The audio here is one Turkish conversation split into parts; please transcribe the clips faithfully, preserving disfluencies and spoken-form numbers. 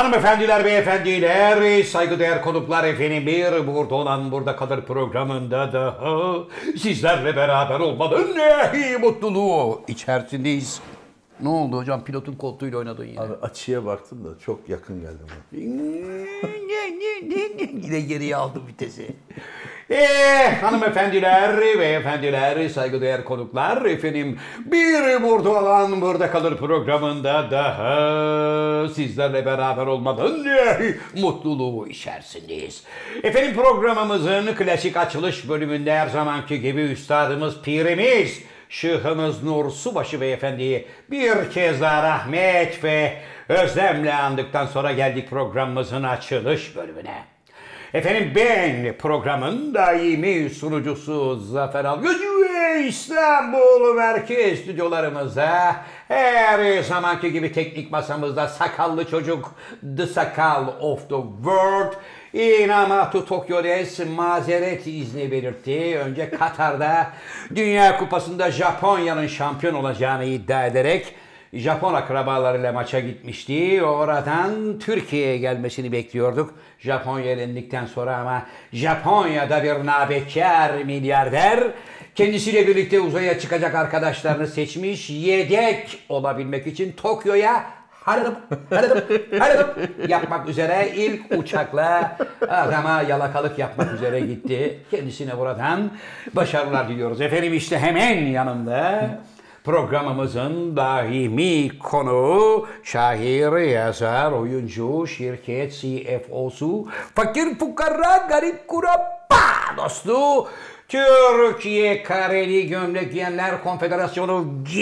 Hanımefendiler, beyefendiler, saygıdeğer konuklar efendim, bir burada olan burada kalır programında daha sizlerle beraber olmanın ne mutluluğu içerisindeyiz. Ne oldu hocam, pilotun koltuğuyla oynadın yine. Abi açıya baktım da çok yakın geldim. Yine geriye aldım vitesi. Eh hanımefendiler, beyefendiler, saygıdeğer konuklar efendim, bir burada olan burada kalır programında daha sizlerle beraber olmanın ne mutluluğu içerisindeyiz. Efendim programımızın klasik açılış bölümünde her zamanki gibi üstadımız, pirimiz, Şıhımız Nur Subaşı Beyefendi'yi bir kez daha rahmet ve özlemle andıktan sonra geldik programımızın açılış bölümüne. Efendim ben programın daimi sunucusu Zafer Algöz ve İstanbul Merkez stüdyolarımızda her zamanki gibi teknik masamızda sakallı çocuk, the sakal of the world, Inamatu Tokyo Des mazeret izni belirtti. Önce Katar'da Dünya Kupası'nda Japonya'nın şampiyon olacağını iddia ederek Japon akrabalarıyla maça gitmişti. Oradan Türkiye'ye gelmesini bekliyorduk. Japonya elendikten sonra ama Japonya'da bir nabekar milyarder kendisiyle birlikte uzaya çıkacak arkadaşlarını seçmiş. Yedek olabilmek için Tokyo'ya haradım, haradım, haradım yapmak üzere ilk uçakla adama yalakalık yapmak üzere gitti. Kendisine buradan başarılar diliyoruz. Efendim işte hemen yanımda programımızın daimi konuğu, şair, yazar, oyuncu, şirket C F O'su, fakir fukara garip kurabba dostu, Türkiye Kareli Gömlek Giyenler Konfederasyonu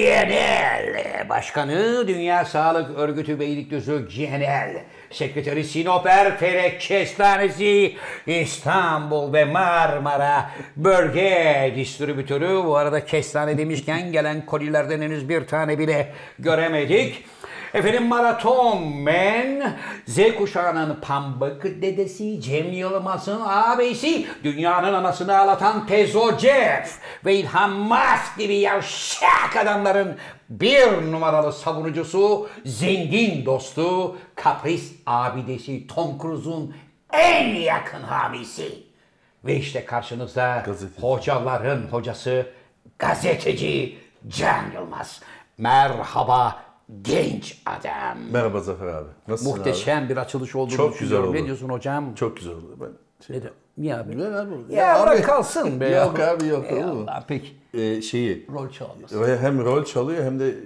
Genel Başkanı, Dünya Sağlık Örgütü Beylikdüzü Genel Sekreteri, Sinop Erfelek Kestanesi, İstanbul ve Marmara Bölge Distribütörü. Bu arada kestane demişken gelen kolilerden henüz bir tane bile göremedik. Efendim Maraton Men, Z kuşağının pambık dedesi, Cem Yılmaz'ın ağabeysi, dünyanın anasını ağlatan Tezo Jeff ve İlhan Musk gibi yavşak adamların bir numaralı savunucusu, zengin dostu, kapris abidesi, Tom Cruise'un en yakın hamisi. Ve işte karşınızda gazeteci, hocaların hocası, gazeteci Can Yılmaz. Merhaba genç adam. Merhaba Zafer abi. Nasılsın Muhteşem abi? bir açılış olduğunu Çok güzel oldu. Ne diyorsun hocam? Çok güzel oldu. Ben şey... Ne de, niye abi? Ne abi? Ya, ya bırak abi. kalsın be. Yok abi yok. Ey olur mu? Allah, peki. Ee, şeyi. Rol çalmasın. Hem rol çalıyor hem de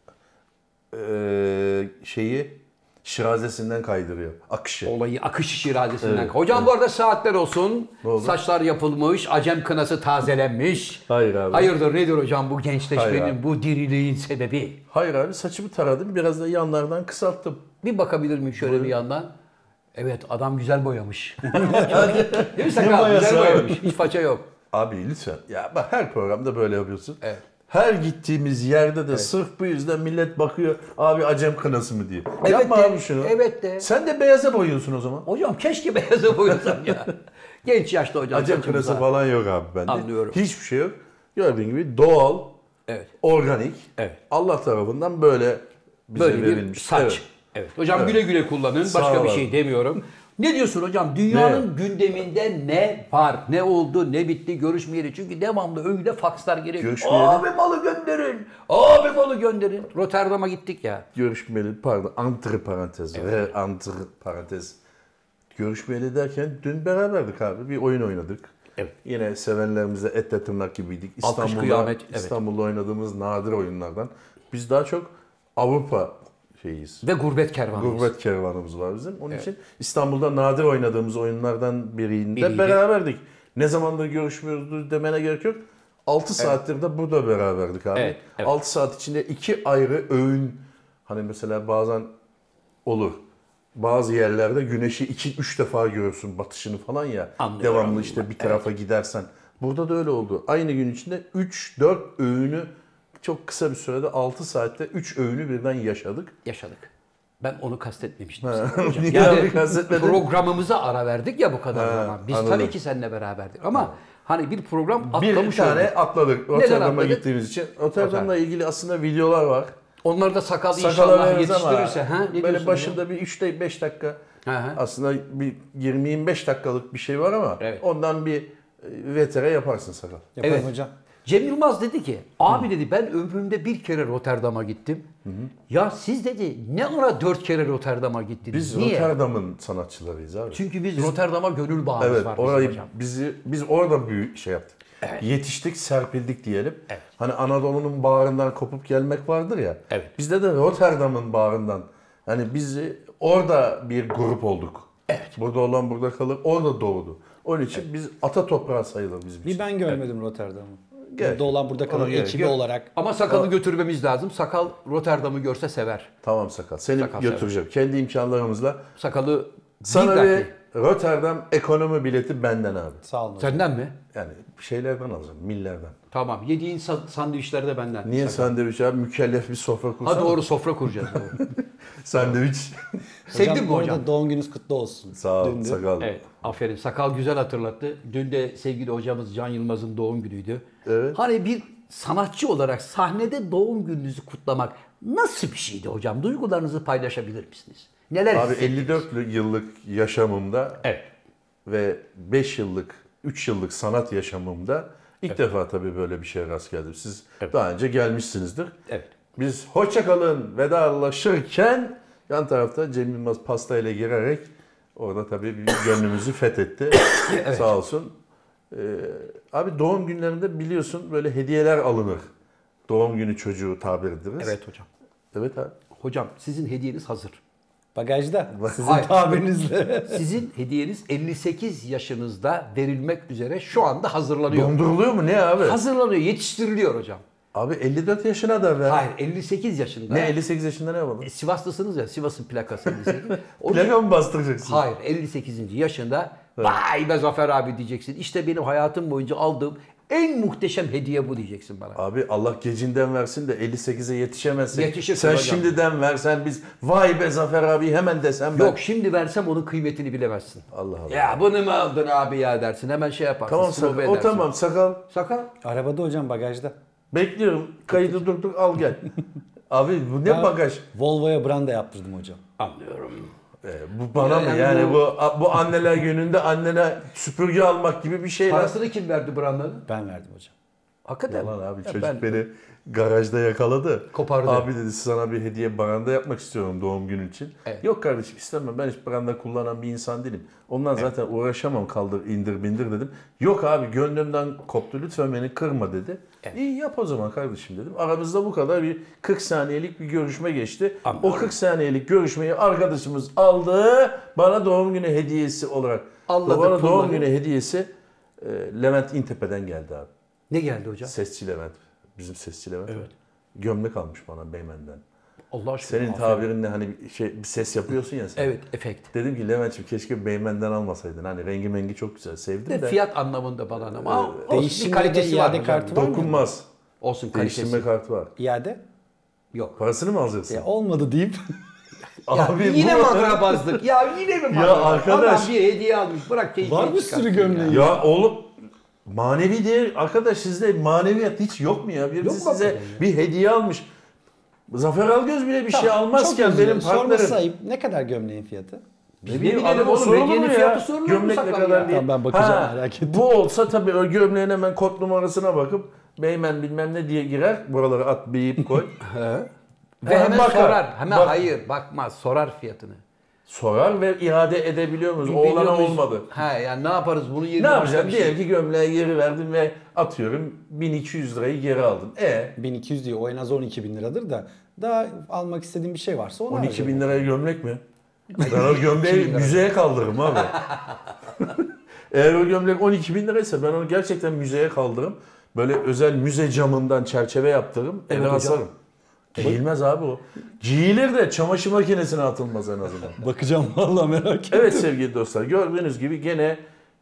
e, şeyi şirazesinden kaydırıyor. Akışı. Olayı akış şirazesinden. Evet, Hocam evet. bu arada saatler olsun. oldu? Saçlar yapılmış. Acem kınası tazelenmiş. Hayır abi. Hayırdır nedir hocam bu Hayır gençleşmenin, abi. bu diriliğin sebebi? Hayır abi, saçımı taradım. Biraz da yanlardan kısalttım. Bir bakabilir miyim şöyle Buyurun. bir yandan? Evet, adam güzel boyamış. Değil mi sakal? Ne boyası Güzel abi? boyamış. Hiç faça yok. Abi lütfen. Ya bak, her programda böyle yapıyorsun. Evet. Her gittiğimiz yerde de sırf bu yüzden millet bakıyor, abi Acem kınası mı diye. Evet Yapma de, abi şunu. evet de. Sen de beyaza boyuyorsun o zaman. Hocam keşke beyaza boyasam ya. Genç yaşta hocam. Acem saçımıza. kınası falan yok abi bende. Anlıyorum. Hiçbir şey yok. Gördüğün gibi doğal, Evet. organik, Evet. Allah tarafından böyle bize Böyle bir verilmiş. saç. Evet. Evet. Hocam Evet. güle güle kullanın. Sağ Başka bir olun. şey demiyorum. Ne diyorsun hocam? Dünyanın gündeminde ne var? Ne oldu? Ne bitti? Görüşmeyeli. Çünkü devamlı önüne fakslar geliyor. Görüşmeyeli. Abi malı gönderin. Abi malı gönderin. Rotterdam'a gittik ya. Görüşmeli, pardon, antri parantez. Evet. Antri parantez. Görüşmeli derken dün beraberdik abi. Bir oyun oynadık. Evet. Yine sevenlerimizle etle tırnak gibiydik. Alkış İstanbul'da, kıyamet, evet. İstanbul'da oynadığımız nadir oyunlardan. Biz daha çok Avrupa şeyiyiz. Ve gurbet kervanıyız. Gurbet kervanımız var bizim. Onun için İstanbul'da nadir oynadığımız oyunlardan birinde Biriydi. beraberdik. Ne zamandır görüşmüyoruz demene gerek yok. altı saattir de burada beraberdik abi. Evet, evet. altı saat içinde iki ayrı öğün, hani mesela bazen olur. Bazı yerlerde güneşi iki üç defa görürsün, batışını falan ya. Anlıyorum. Devamlı işte bir tarafa gidersen. Burada da öyle oldu. Aynı gün içinde üç dört öğünü çok kısa bir sürede altı saatte üç öğünü birden yaşadık. Yaşadık. Ben onu kastetmemiştim. Ha. sana hocam. Niye Yani abi kastetmedin? programımıza ara verdik ya bu kadar Ha, zaman. Biz anladım. tabii ki seninle beraberdik ama hani bir program Bir atlamış tane olduk. atladık. Rotterdam'a atladık? gittiğimiz için. Rotterdam'la ilgili aslında videolar var. Onlar da sakal Sakala inşallah veririz ama yetiştirirse. Ha? Ne böyle diyorsun başında bir üç beş dakika Hı hı. aslında bir yirmi yirmi beş dakikalık bir şey var ama Evet. ondan bir vetere yaparsın sakal. Yaparım Evet. hocam. Cem Yılmaz dedi ki, abi dedi ben ömrümde bir kere Rotterdam'a gittim. Ya siz dedi ne ara dört kere Rotterdam'a gittiniz? Biz Niye? Rotterdam'ın sanatçılarıyız abi. Çünkü biz Rotterdam'a gönül bağımız Evet, var bizim orayı hocam. bizi biz orada büyük şey yaptık. Yetiştik, serpildik diyelim. Hani Anadolu'nun bağrından kopup gelmek vardır ya. Evet. Bizde de Rotterdam'ın bağrından. Hani biz orada bir grup olduk. Evet. Burada olan burada kalır, orada doğdu. Onun için biz ata toprağı sayılır bizim için. Bir ben görmedim Rotterdam'ı. Gerek Burada olan burada kalan Ona gerek ekibi yok. olarak. Ama sakalı götürmemiz lazım. Sakal Rotterdam'ı görse sever. Tamam sakal. Seni Sakal götüreceğim. Kendi imkanlarımızla. Sakalı Sana bir bir belki. Rotterdam ekonomi bileti benden abi. Sağ olun hocam. Senden mi? Yani şeylerden alacağım, millerden. Tamam. Yediğin sa- sandviçler de benden. Niye Sakal. sandviç abi? Mükellef bir sofra kursan. Ha doğru sofra kuracağız. Doğru. Sandviç. Sevdin mi bu hocam? arada doğum gününüz kutlu olsun. Sağ ol Dündü. sakal. Evet, aferin. Sakal güzel hatırlattı. Dün de sevgili hocamız Can Yılmaz'ın doğum günüydü. Evet. Hani bir sanatçı olarak sahnede doğum gününüzü kutlamak nasıl bir şeydi hocam? Duygularınızı paylaşabilir misiniz? Neler Abi hissettiniz? elli dört yıllık yaşamımda Evet. ve beş yıllık, üç yıllık sanat yaşamımda ilk defa tabii böyle bir şeye rast geldim. Siz daha önce gelmişsinizdir. Evet. Biz hoşça kalın vedalaşırken yan tarafta Cem Yılmaz pastayla girerek orada tabii bir gönlümüzü fethetti. Sağ olsun. Ee, abi doğum günlerinde biliyorsun böyle hediyeler alınır. Doğum günü çocuğu tabir ederiz. Evet hocam. Evet abi. Hocam sizin hediyeniz hazır. Bagajda. Sizin Hayır. tabirinizle. Sizin hediyeniz elli sekiz yaşınızda verilmek üzere şu anda hazırlanıyor. Donduruluyor mu ne abi? Hazırlanıyor, yetiştiriliyor hocam. Abi elli dört yaşına da ver. Hayır, elli sekiz yaşında. Ne elli sekiz yaşında ne yapalım? E, Sivaslısınız ya, Sivas'ın plakası elli sekiz. Onu- Plaka mı bastıracaksın? Hayır, elli sekizinci yaşında vay be Zafer abi diyeceksin. İşte benim hayatım boyunca aldığım en muhteşem hediye bu diyeceksin bana. Abi Allah gecinden versin de elli sekize yetişemezsek. Yetişirsin sen hocam. şimdiden versen biz vay be Zafer abi hemen desem ben. Yok şimdi versem onun kıymetini bilemezsin. Allah Allah. Ya bunu mu aldın abi ya dersin. Hemen şey yaparsın. Tamam snob sakal. O edersin. tamam sakal. Sakal. Arabada hocam bagajda. Bekliyorum. Kaydı durduk al gel. Abi bu ne Ben bagaj? Volvo'ya branda yaptırdım hocam. Anlıyorum. Ee, bu bana Yani mı yani bu- bu bu anneler gününde annene süpürge almak gibi bir şey lan. Parasını kim verdi Branda'nın? Ben verdim hocam. Hakikaten. Yalan abi Ya çocuk ben- beni garajda yakaladı. Kopardı. Abi dedi sana bir hediye branda yapmak istiyorum doğum günün için. Evet. Yok kardeşim istemem ben hiç branda kullanan bir insan değilim. Ondan zaten uğraşamam kaldır indir bindir dedim. Yok abi gönlümden koptu lütfen beni kırma dedi. İyi yap o zaman kardeşim dedim. Aramızda bu kadar bir kırk saniyelik bir görüşme geçti. Anladım. O kırk saniyelik görüşmeyi arkadaşımız aldı bana doğum günü hediyesi olarak. Alladı Bana doğum pulları. günü hediyesi e, Levent İntepe'den geldi abi. Ne geldi hocam? Sesçi Levent. Bizim sesçi Levent. Evet. var. Gömlek almış bana Beymen'den. Allah aşkına. Senin aferin. tabirinle hani bir şey bir ses yapıyorsun ya sen. Evet, efekt. Dedim ki Levent'ciğim keşke Beymen'den almasaydın. Hani rengi mengi çok güzel. Sevdim De de. fiyat anlamında falan ama olsun, bir Değişimde kalitesi de var. iade hocam. kartı var mı? Dokunmaz. Olsun kalitesi. Değiştirme kartı var. İade. Yok. Parasını mı alacaksın? Ya olmadı deyip. Ya Abi yine bu- madrabazlık. Ya yine mi madrabazlık? arkadaş. Adam bir hediye almış. Bırak keyfini Var bir çıkarsın sürü gömleği. ya. Ya oğlum manevi değer arkadaş sizde maneviyat hiç yok mu ya? Birisi Yok mu size hakikaten ya? bir hediye almış. Zafer Algöz bile bir şey almazken benim Sorması partnerim. ayıp. Ne kadar gömleğin fiyatı? Ne Ne bileyim bilelim adama oğlum, sorulur hediyenin mu fiyatı ya? sorulur mu Gömlek ne sakal kadar ya? diye. Tamam, ben bakacağım, merak ettim. Bu olsa tabii o gömleğin hemen kod numarasına bakıp Beymen bilmem ne diye girer. Buraları at biyip koy. Ve Hemen hemen bakar. sorar. Hemen Bak- hayır bakmaz. Sorar fiyatını. Sorar ve iade edebiliyor muyuz? Oğlana Biliyor muyuz? olmadı. He yani ne yaparız bunu yerine Ne başka yapacağım? bir şey. Diyelim ki gömleği geri verdim ve atıyorum bin iki yüz lirayı geri aldım. E bin iki yüz diyor. O en az on iki bin liradır da. Daha almak istediğim bir şey varsa onu on iki harcarım. bin liraya gömlek mi? Ben o gömleği müzeye kaldırırım abi. Eğer o gömlek on iki bin liraysa ben onu gerçekten müzeye kaldırırım. Böyle özel müze camından çerçeve yaptırırım. Evet Eve hocam. asarım. Giyilmez abi o. Giyilir de çamaşır makinesine atılmaz en azından. Bakacağım vallahi merak ettim. Evet sevgili dostlar gördüğünüz gibi gene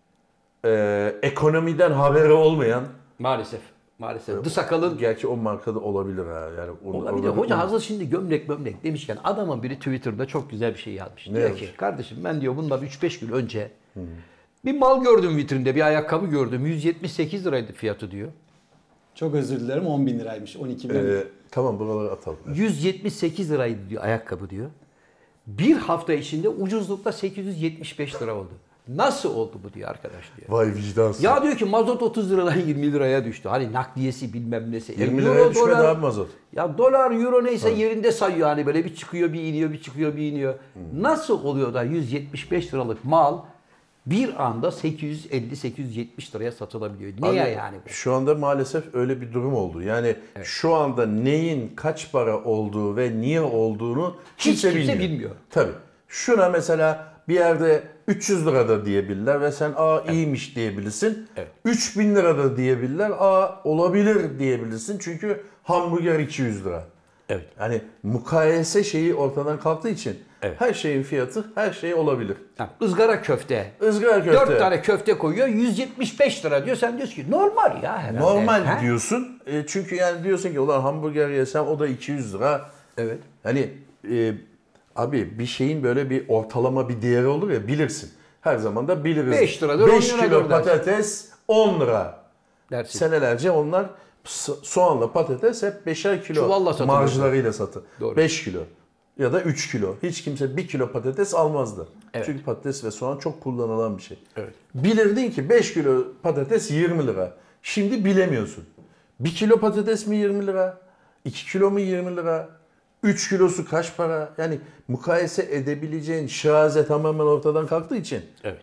e, ekonomiden haberi olmayan Maalesef. Maalesef. The Sakal'ın gerçi o markada olabilir ha. Yani onu- olabilir. orada- Hoca hazır şimdi gömlek gömlek demişken adamın biri Twitter'da çok güzel bir şey yazmış. Ne diyor yazmış? ki kardeşim ben diyor bundan üç beş gün önce bir mal gördüm vitrinde, bir ayakkabı gördüm. yüz yetmiş sekiz liraydı fiyatı diyor. Çok özür dilerim on bin liraymış. on iki bin. Ee, Tamam buraları atalım. yüz yetmiş sekiz liraydı diyor ayakkabı diyor. Bir hafta içinde ucuzlukla sekiz yüz yetmiş beş lira oldu. Nasıl oldu bu diyor arkadaş diyor. Vay vicdansız. Ya diyor ki mazot otuz liradan yirmi liraya düştü. Hani nakliyesi bilmem nesi. yirmi E, liraya euro, düşmedi dolar- abi mazot. Ya dolar, euro neyse yerinde sayıyor hani böyle bir çıkıyor bir iniyor bir çıkıyor bir iniyor. Nasıl oluyor da yüz yetmiş beş liralık mal bir anda sekiz yüz elli sekiz yüz yetmiş liraya satılabiliyor? Neye Abi, yani bu? Şu anda maalesef öyle bir durum oldu. Yani şu anda neyin kaç para olduğu ve niye olduğunu Hiç kimse, kimse bilmiyor. bilmiyor. Tabii. Şuna mesela bir yerde üç yüz lirada diyebilirler ve sen aa iyiymiş diyebilirsin. Evet. üç bin lirada diyebilirler. Aa olabilir diyebilirsin. Çünkü hamburger iki yüz lira. Evet. Yani mukayese şeyi ortadan kalktığı için Evet. her şeyin fiyatı her şey olabilir. Ha, ızgara köfte. Izgara köfte. Dört tane köfte koyuyor yüz yetmiş beş lira diyor. Sen diyorsun ki normal ya herhalde. Normal Ha? diyorsun. E, çünkü yani diyorsun ki ulan hamburger yesem o da iki yüz lira. Evet. Hani e, abi bir şeyin böyle bir ortalama bir değeri olur ya bilirsin. Her zaman da biliriz. beş liradır, beş on kilo liradır dersin. patates on lira. Dersin. Senelerce onlar so- soğanla patates hep beşer kilo Çuvalla satılıyor. marjlarıyla satı. Doğru. beş kilo ya da üç kilo. Hiç kimse bir kilo patates almazdı. Evet. Çünkü patates ve soğan çok kullanılan bir şey. Evet. Bilirdin ki beş kilo patates yirmi lira. Şimdi bilemiyorsun. bir kilo patates mi yirmi lira? iki kilo mu yirmi lira? üç kilosu kaç para? Yani mukayese edebileceğin şahaze tamamen ortadan kalktığı için Evet.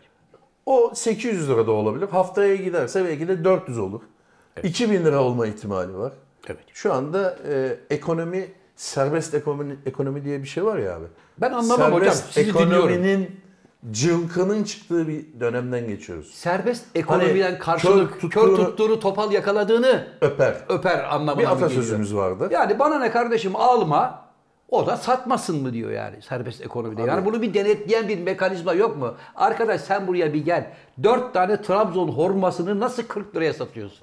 o sekiz yüz lira da olabilir. Haftaya giderse belki de dört yüz olur. iki bin lira olma ihtimali var. Evet. Şu anda e, ekonomi, serbest ekonomi, ekonomi diye bir şey var ya abi. Ben anlamam hocam. Serbest Sizi dinliyorum. ekonominin cılkının çıktığı bir dönemden geçiyoruz. Serbest ekonomiden Hani karşılık kör kör, tuttuğunu- tuttuğunu topal yakaladığını Öper. öper anlamına Bir mı geliyor? atasözümüz vardı. Yani bana ne kardeşim alma o da satmasın mı diyor yani serbest ekonomide. Yani bunu bir denetleyen bir mekanizma yok mu? Arkadaş sen buraya bir gel. Dört tane Trabzon hurmasını nasıl kırk liraya satıyorsun?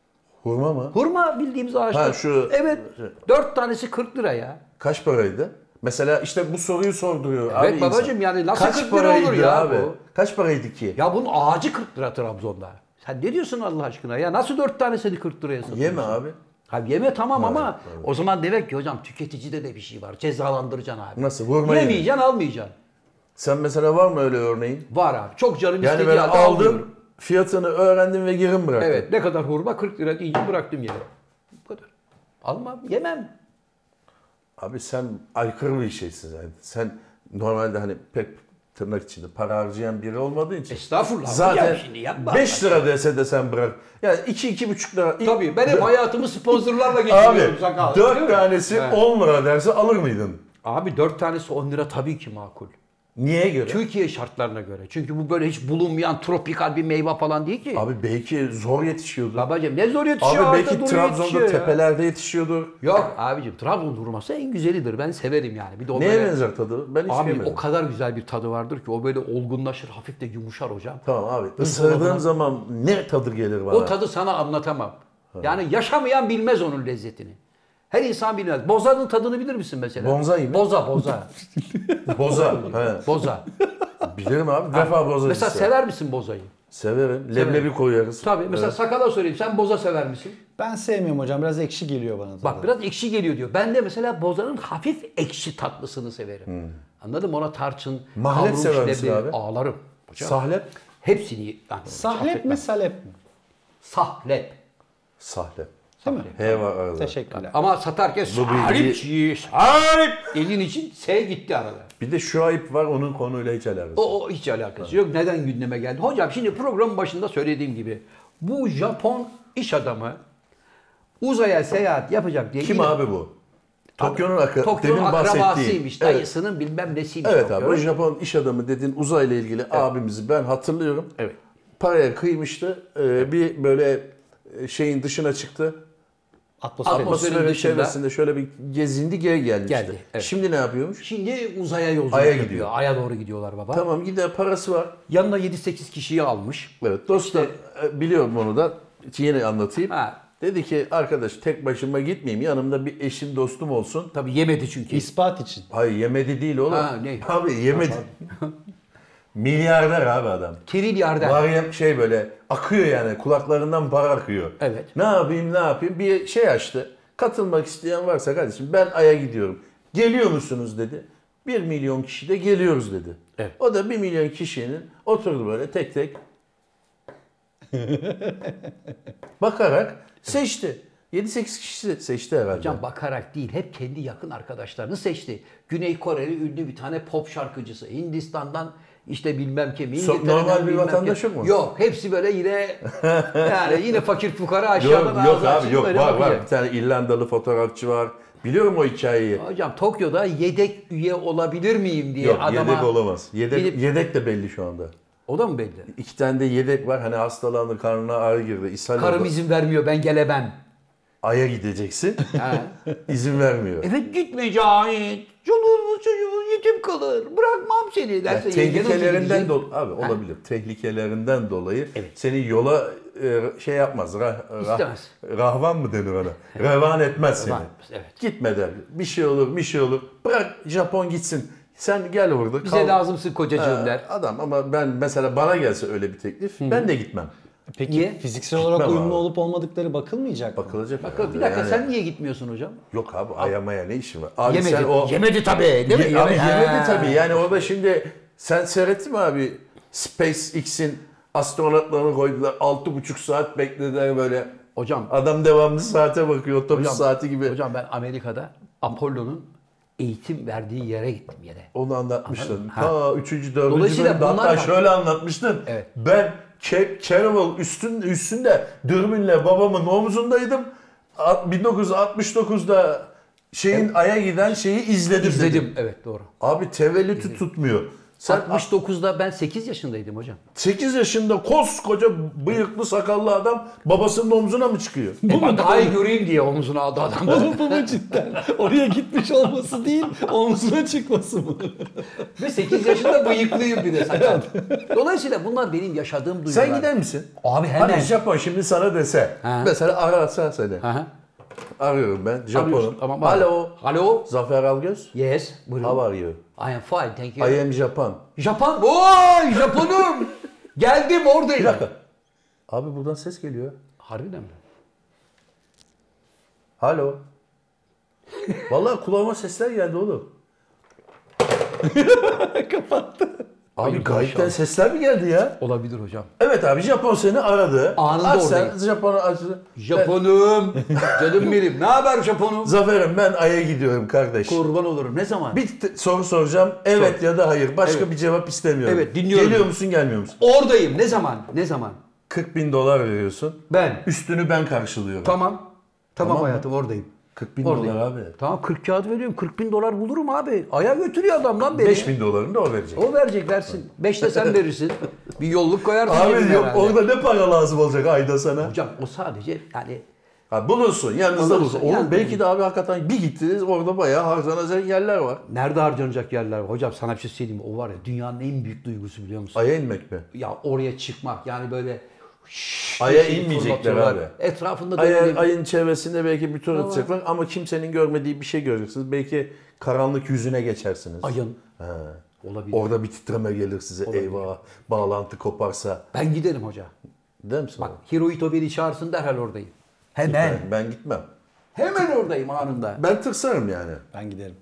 Hurma mı? Hurma bildiğimiz ağaçlar. Ha, şu- Evet. Dört tanesi kırk lira ya. Kaç paraydı? Mesela işte bu soruyu sorduruyor Evet abi babacığım, insan. yani nasıl Kaç kırk lira paraydı olur ya abi? bu? Kaç paraydı ki? Ya bunun ağacı kırk lira Trabzon'da. Sen ne diyorsun Allah aşkına ya? Nasıl dört tanesini kırk liraya satıyorsun? Yeme abi. Ha yeme tamam ama o zaman demek ki hocam tüketicide de bir şey var. Cezalandıracaksın abi. Nasıl? Vurmayı mı? Yemeyeceksin, almayacaksın. Sen mesela var mı öyle örneğin? Var abi. Çok canım Yani istediği böyle halde aldın, almıyorum. fiyatını öğrendin ve geri mi bıraktın? Evet, ne kadar hurma? kırk lira deyince bıraktım yere. Bu kadar. Almam, yemem. Abi sen aykırı bir şeysin yani. Sen normalde hani pek tırnak içinde para harcayan biri olmadığın için. Estağfurullah. Zaten hocam şimdi yapma. beş lira dese de sen bırak. Yani iki iki buçuk lira. Tabii ben hep hayatımı sponsorlarla geçiriyorum. Abi sakal. Değil dört mi? tanesi Evet. on lira derse alır mıydın? Abi dört tanesi on lira tabii ki makul. Niye göre? Türkiye şartlarına göre. Çünkü bu böyle hiç bulunmayan tropikal bir meyve falan değil ki. Abi belki zor yetişiyordu. Babacım ne zor yetişiyor. Abi orada belki duruyor, Trabzon'da yetişiyor ya. tepelerde yetişiyordur. Yok abicim Trabzon hurması en güzelidir. Ben severim yani. Bir de o Neye böyle, benzer tadı? Ben hiç abi yemedim. o kadar güzel bir tadı vardır ki o böyle olgunlaşır, hafif de yumuşar hocam. Tamam abi. Isırdığın zaman ne tadı gelir bana? O tadı sana anlatamam. Yani yaşamayan bilmez onun lezzetini. Her insan bilmez. Boza'nın tadını bilir misin mesela? Bonsai mi? Boza, boza. Boza. He. Boza. Bilirim abi. Vefa bozacısı. Mesela sever misin bozayı? Severim. Leblebi koyarız. Tabii. Mesela sakala sorayım. Sen boza sever misin? Ben sevmiyorum hocam. Biraz ekşi geliyor bana. tadı. Bak biraz ekşi geliyor diyor. Ben de mesela bozanın hafif ekşi tatlısını severim. Anladın mı? Ona tarçın, Mahlep kavrulmuş sever misin leblebi, abi? ağlarım. Hocam. Sahlep. Hepsini. Yani, Sahlep mi salep mi? Sahlep. Sahlep. Değil mi? H var arada. Teşekkürler. Ama satarken Bu bilgi- salipçi, salip dediğin için S gitti arada. Bir de şu ayıp var onun konuyla hiç alakası. O, o hiç alakası yok. Neden gündeme geldi? Hocam şimdi programın başında söylediğim gibi bu Japon iş adamı uzaya seyahat yapacak diye Kim yine- abi bu? Tokyo'nun akı. Tokyo'nun demin bahsettiği. akrabasıymış, Evet. dayısının bilmem nesiymiş. Evet abi o Tokyo'nun. Japon iş adamı dediğin uzayla ilgili abimizi ben hatırlıyorum. Evet. Paraya kıymıştı. Ee, bir böyle e, şeyin dışına çıktı. Atmosfer. Atmosferin Atmosferin dışında. çevresinde şöyle bir gezindi geri gelmişti. Geldi, evet. Şimdi ne yapıyormuş? Şimdi uzaya yolculuk Ay'a yapıyor. gidiyor. Ay'a doğru gidiyorlar baba. Tamam gider parası var. Yanına yedi sekiz kişiyi almış. Evet dostlar e, biliyorum onu da. Yeni anlatayım. Ha. Dedi ki arkadaş tek başıma gitmeyeyim yanımda bir eşim dostum olsun. Tabii yemedi çünkü. İspat için. Hayır yemedi değil oğlum. Ha, ne? Abi yemedi. Milyarder abi adam. Trilyarder. Var ya şey böyle akıyor yani kulaklarından para akıyor. Evet. Ne yapayım ne yapayım bir şey açtı. Katılmak isteyen varsa kardeşim ben Ay'a gidiyorum. Geliyor musunuz dedi. Bir milyon kişi de geliyoruz dedi. Evet. O da bir milyon kişinin oturdu böyle tek tek bakarak seçti. yedi sekiz kişi seçti herhalde. Hocam bakarak değil, hep kendi yakın arkadaşlarını seçti. Güney Koreli ünlü bir tane pop şarkıcısı. Hindistan'dan işte bilmem kim. So- normal bir vatandaş yok mu? Yok, hepsi böyle yine yani yine fakir fukara Yok, aşağıdan yok ağzı abi açık yok böyle var var. bakacak. Bir tane İrlandalı fotoğrafçı var. Biliyorum o hikayeyi. Hocam Tokyo'da yedek üye olabilir miyim diye Yok adama... yedek olamaz. Yedek, Gidip- yedek de belli şu anda. O da mı belli? İki tane de yedek var. Hani hastalandı, karnına ağrı girdi. İshal Karım oldu. izin vermiyor, ben gelemem. Ay'a gideceksin. Ha. İzin vermiyor. Evet gitme Cahit. Çoluğumuz çocuğumuz yetim kalır. Bırakmam seni Ya, derse. yengen nasıl tehlikelerinden gidecek? dolayı abi Ha. olabilir. Tehlikelerinden dolayı Evet. seni yola e, şey yapmaz. Rah, rah- İstemez. rahvan mı denir ona? Revan etmez seni. Revan, evet. Gitme der. Bir şey olur, bir şey olur. Bırak Japon gitsin. Sen gel burada. Bize kal. lazımsın kocacığım Ha, der. Adam ama ben mesela bana gelse öyle bir teklif ben de gitmem. Peki Niye? fiziksel olarak Gitmem uyumlu abi. olup olmadıkları bakılmayacak mı? Bakılacak. Bak herhalde. bir dakika Yani- sen niye gitmiyorsun hocam? Yok abi ayamaya ne işin var? Abi Yemedi. sen o... Yemedi tabii. Değil mi? Ye- abi Yemedi. yemedi Ha. tabii. Yani orada şimdi sen seyrettin mi abi? SpaceX'in astronotlarını koydular. altı buçuk saat beklediler böyle. Hocam, Adam devamlı saate bakıyor. Otobüs hocam, saati gibi. Hocam ben Amerika'da Apollo'nun eğitim verdiği yere gittim yere. Onu anlatmıştın. Ha. Ta üçüncü, dördüncü Dolayısıyla bölümde bunlar hatta bak- şöyle anlatmıştın. Evet. Ben Ke- Caravel üstün, üstünde dürbünle babamın omzundaydım. A- bin dokuz yüz altmış dokuzda şeyin Ay'a giden şeyi izledim. İzledim. dedim. Evet doğru. Abi tevellütü tutmuyor. Sen altmış dokuzda ben sekiz yaşındaydım hocam. sekiz yaşında koskoca bıyıklı sakallı adam babasının omzuna mı çıkıyor? Bu mu? Daha iyi göreyim diye omzuna aldı adam. Oğlum bu mu cidden? Oraya gitmiş olması değil, omzuna çıkması mı? Ve sekiz yaşında bıyıklıyım bir de sakal. Dolayısıyla bunlar benim yaşadığım duygular. Sen gider misin? Abi hemen. Hani Japon şimdi sana dese. Ha. Mesela arasa seni. Aha. Arıyorum ben Japon'um. Arıyorsun, tamam, abi. Alo. Alo. Zafer Algöz. Yes. Buyurun. How are you? I am fine, thank you. I am Japan. Japon. Vay Japonum. Geldim oradayım. Bir dakika. Abi buradan ses geliyor. Harbiden mi? Alo. Vallahi kulağıma sesler geldi oğlum. Kapattı. Abi Hayır, gayipten maşallah. sesler mi geldi ya? Olabilir hocam. Evet abi Japon seni aradı. Anında Aç sen oradayım. Japon'u açtı. Japonum. Canım benim. Ne haber Japonum? Zafer'im ben Ay'a gidiyorum kardeş. Kurban olurum. Ne zaman? Bir t- soru soracağım. Evet Sor. ya da hayır. Başka Evet. bir cevap istemiyorum. Evet, dinliyorum. Geliyor musun gelmiyor musun? Oradayım. Ne zaman? Ne zaman? kırk bin dolar veriyorsun. Ben. Üstünü ben karşılıyorum. Tamam. Tamam, Tamam mı? hayatım oradayım. kırk bin Oradayım. dolar abi. Tamam kırk kağıt veriyorum. kırk bin dolar bulurum abi. Aya götürüyor adam lan beni. beş bin dolarını da o verecek. O verecek versin. beş de sen verirsin. Bir yolluk koyarsın. Abi cebine yok, herhalde. orada ne para lazım olacak ayda sana? Hocam o sadece yani Ha, bulunsun yanınızda Bulunsun, bulunsun. Oğlum yani. belki de abi hakikaten bir gittiniz orada bayağı harcanacak yerler var. nerede harcanacak yerler var. Hocam sana bir şey söyleyeyim mi? O var ya dünyanın en büyük duygusu biliyor musun? Ay'a inmek mi? Ya oraya çıkmak yani böyle şşş Aya diye inmeyecekler fırlatıyorlar. abi. Etrafında Ay, dönelim. ayın çevresinde belki bir tur atacaklar ama kimsenin görmediği bir şey göreceksiniz. Belki karanlık yüzüne geçersiniz. Ayın. He. Olabilir. Orada bir titreme gelir size. Eyvah bağlantı koparsa. Ben giderim hoca. Değil misin? Bak Hirohito beni çağırsın derhal oradayım. Hemen. Ben, ben gitmem. Hemen oradayım anında. Ben tırsarım yani. Ben giderim.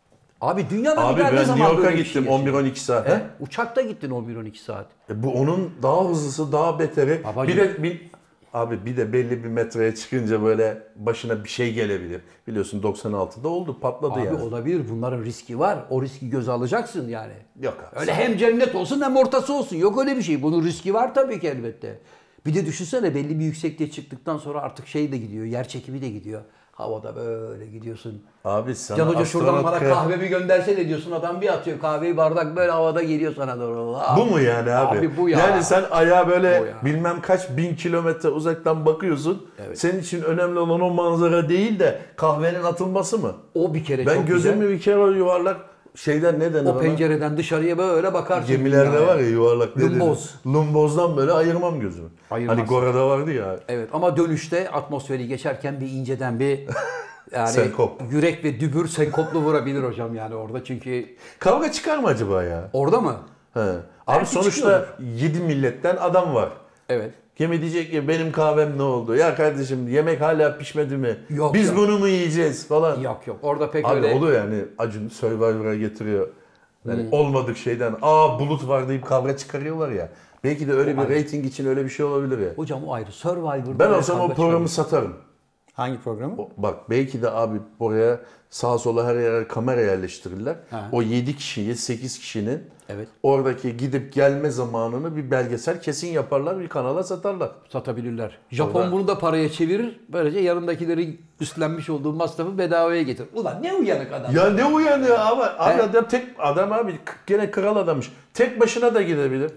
Abi dünyada Abi bir daha ne ben zaman New York'a böyle bir gittim şey on bir on yaşadın? iki saat. He? Uçakta gittin on bir on iki saat. E bu onun daha hızlısı, daha beteri. Babacım. Bir de bir, abi bir de belli bir metreye çıkınca böyle başına bir şey gelebilir. Biliyorsun doksan altıda oldu, patladı Abi yani. olabilir. Bunların riski var. O riski göze alacaksın yani. Yok abi. Öyle hem cennet olsun hem ortası olsun. Yok öyle bir şey. Bunun riski var tabii ki elbette. Bir de düşünsene belli bir yüksekliğe çıktıktan sonra artık şey de gidiyor. Yer çekimi de gidiyor. Havada böyle gidiyorsun. Abi sana Can Hoca şuradan astronot bana kıya- kahvemi göndersene diyorsun. Adam bir atıyor kahveyi bardak böyle havada geliyor sana doğru. Bu mu yani abi? Abi bu ya. Yani sen ayağa böyle Bu ya. bilmem kaç bin kilometre uzaktan bakıyorsun. Evet. Senin için önemli olan o manzara değil de kahvenin atılması mı? O bir kere Ben çok gözümü güzel. bir kere o yuvarlak şeyden ne denir O ona? pencereden dışarıya böyle bakarsın. Gemilerde dünyaya. var ya yuvarlak ne denir? Lumboz. Lumbozdan böyle ayırmam gözümü. Ayırmazsın. Hani Gora'da vardı ya. Evet ama dönüşte atmosferi geçerken bir inceden bir yani Senkop. yürek ve dübür senkoplu vurabilir hocam yani orada çünkü Kavga çıkar mı acaba ya? orada mı? He. Abi Belki sonuçta çıkıyordur. yedi milletten adam var. Evet. Kimi diyecek ki benim kahvem ne oldu? Ya kardeşim yemek hala pişmedi mi? Yok, Biz yok. bunu mu yiyeceğiz falan. Yok yok orada pek Abi öyle. oluyor yani Acun Survivor'a getiriyor. Yani Hmm. olmadık şeyden aa bulut var deyip kavga çıkarıyorlar ya. Belki de öyle bir rating için öyle bir şey olabilir ya. Hocam o ayrı. Survivor'da Ben öyle olsam o kavga programı çıkarıyor. satarım. Hangi programı? O- Bak belki de abi oraya sağa sola her yere kamera yerleştirirler. Ha. O yedi kişiyi sekiz kişinin Evet. oradaki gidip gelme zamanını bir belgesel kesin yaparlar bir kanala satarlar. Satabilirler. Japon Orada- bunu da paraya çevirir. Böylece yanındakileri üstlenmiş olduğu masrafı bedavaya getirir. Ulan ne uyanık adam. Ya ne uyanıyor abi? Abi He? adam tek adam abi gene kral adammış. Tek başına da gidebilir.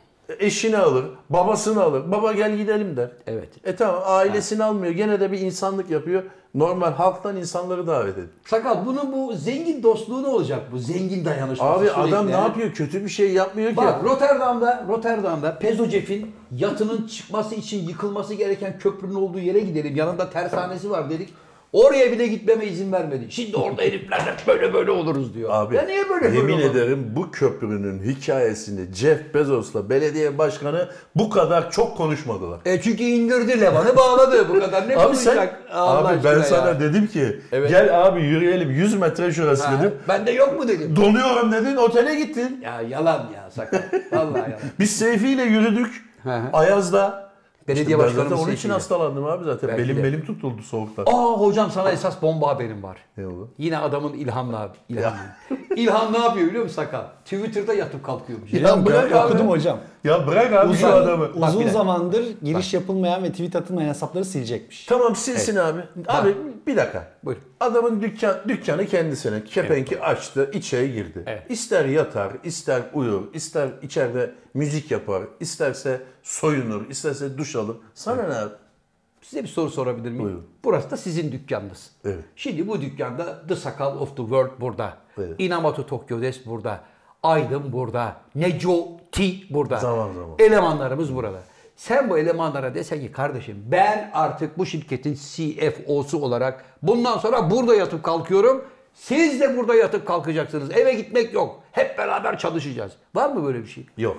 Eşini alır, babasını alır. Baba gel gidelim der. Evet. E tamam ailesini almıyor. Gene de bir insanlık yapıyor. Normal halktan insanları davet ediyor. Sakal bunun bu zengin dostluğu ne olacak bu? Zengin dayanışması Abi sürekli. adam ne yapıyor? Kötü bir şey yapmıyor ki. Bak Rotterdam'da Rotterdam'da Pezocef'in yatının çıkması için yıkılması gereken köprünün olduğu yere gidelim. Yanında tersanesi var dedik. Oraya bile gitmeme izin vermedi. Şimdi orada heriflerle böyle böyle oluruz diyor. Abi ya niye böyle yemin böyle olur? ederim bu köprünün hikayesini Jeff Bezos'la belediye başkanı bu kadar çok konuşmadılar. E çünkü indirdi Levan'ı bağladı. Bu kadar ne Abi sen, konuşacak? Allah abi ben aşkına sana ya. dedim ki Evet. gel abi yürüyelim yüz metre şurası Ha, dedim. ben de yok mu dedim. Donuyorum dedin otele gittin. Ya yalan ya sakal. Vallahi yalan. Biz Seyfi ile yürüdük Hı hı. Ayaz'da. Belediye İşte ben başkanımız zaten onun için Seyfi'yle. hastalandım abi zaten. Belki belim de. belim tutuldu soğukta. Aa hocam sana esas bomba haberim var. Ne oldu? Yine adamın İlhan'la abi. İlhan. İlhan ne yapıyor biliyor musun sakal? Twitter'da yatıp kalkıyormuş. Ya bırak bırak abi. okudum hocam. Ya bırak abi şu Uzun, adamı. Bak bir uzun dakika. zamandır giriş yapılmayan ve tweet atılmayan hesapları silecekmiş. Tamam silsin abi. Abi bir dakika. Buyur. Adamın dükkan, dükkanı kendisine kepenki açtı, içeri girdi. Evet. İster yatar, ister uyur, ister içeride müzik yapar, isterse soyunur, isterse duş alır. Sana ne abi? Size bir soru sorabilir miyim? Buyurun. Burası da sizin dükkanınız. Evet. Şimdi bu dükkanda The Sakal of the World burada. Evet. Inamoto Tokyo Des burada. Aydın burada. Neco T burada. Zaman zaman. Elemanlarımız burada. Sen bu elemanlara desen ki kardeşim ben artık bu şirketin C F O'su olarak bundan sonra burada yatıp kalkıyorum. Siz de burada yatıp kalkacaksınız. Eve gitmek yok. Hep beraber çalışacağız. Var mı böyle bir şey? Yok.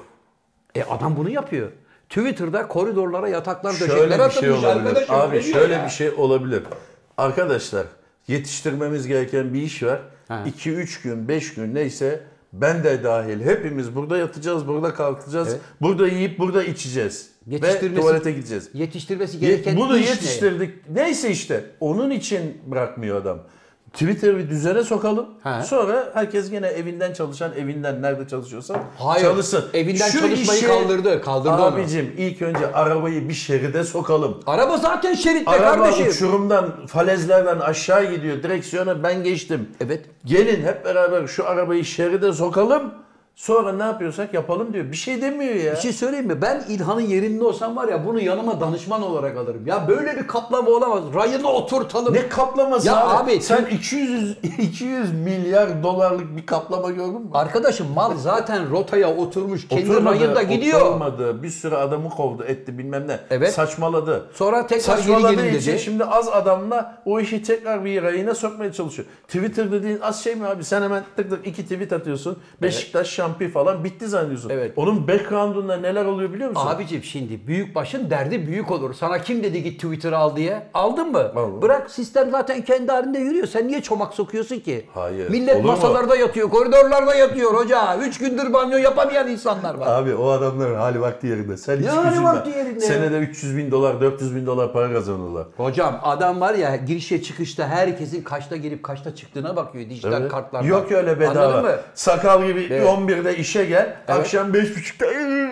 E adam bunu yapıyor. Twitter'da koridorlara yataklar döşekler Şöyle bir şey atılmış olabilir. arkadaşım. Abi Ne diyor şöyle ya? bir şey olabilir. Arkadaşlar yetiştirmemiz gereken bir iş var. Ha. iki üç gün, beş gün neyse ben de dahil hepimiz burada yatacağız, burada kalkacağız. Evet. Burada yiyip burada içeceğiz. Ve Yetiştirmesi- tuvalete gideceğiz. Yetiştirmesi Ye- gereken Bunu iş ne? yetiştirdik. Neyse işte onun için bırakmıyor adam. Twitter'ı bir düzene sokalım. He. Sonra herkes gene evinden çalışan, evinden nerede çalışıyorsa Hayır, çalışsın. evinden çalışmayı kaldırdı, kaldırdı onu. Abicim ilk önce arabayı bir şeride sokalım. Araba zaten şeritte Araba kardeşim. uçurumdan, falezlerden aşağı gidiyor. Direksiyona ben geçtim. Evet. Gelin hep beraber şu arabayı şeride sokalım. Sonra ne yapıyorsak yapalım diyor. Bir şey demiyor ya. Bir şey söyleyeyim mi? Ben İlhan'ın yerinde olsam var ya bunu yanıma danışman olarak alırım. Ya böyle bir kaplama olamaz. Rayına oturtalım. Ne kaplaması Ya abi? abi, Sen iki yüz iki yüz milyar dolarlık bir kaplama gördün mü? Arkadaşım mal zaten rotaya oturmuş. Kendi Oturmadı, rayında gidiyor. Oturmadı. Bir sürü adamı kovdu, etti bilmem ne. Evet. Saçmaladı. Sonra tekrar geri Saçmaladığı gelin için dedi. şimdi az adamla o işi tekrar bir rayına sokmaya çalışıyor. Twitter dediğin az şey mi abi? Sen hemen tık tık iki tweet atıyorsun. Beşiktaş şampiyon falan bitti zannediyorsun. Evet. Onun background'unda neler oluyor biliyor musun? Abicim şimdi büyük başın derdi büyük olur. Sana kim dedi git Twitter al diye? Aldın mı? Aldım. Bırak sistem zaten kendi halinde yürüyor. Sen niye çomak sokuyorsun ki? Hayır. Millet Olur mu? masalarda yatıyor, koridorlarda yatıyor hoca. Üç gündür banyo yapamayan insanlar var. Abi o adamların hali vakti yerinde. Sen hiç Ne hali üzülme. vakti yerinde ya? Senede üç yüz bin dolar, dört yüz bin dolar para kazanıyorlar. Hocam adam var ya girişe çıkışta herkesin kaçta gelip kaçta çıktığına bakıyor dijital Evet. kartlardan. Yok öyle Anladın bedava. mı? Sakal gibi Evet. on birde işe gel. Evet. Akşam beş buçukta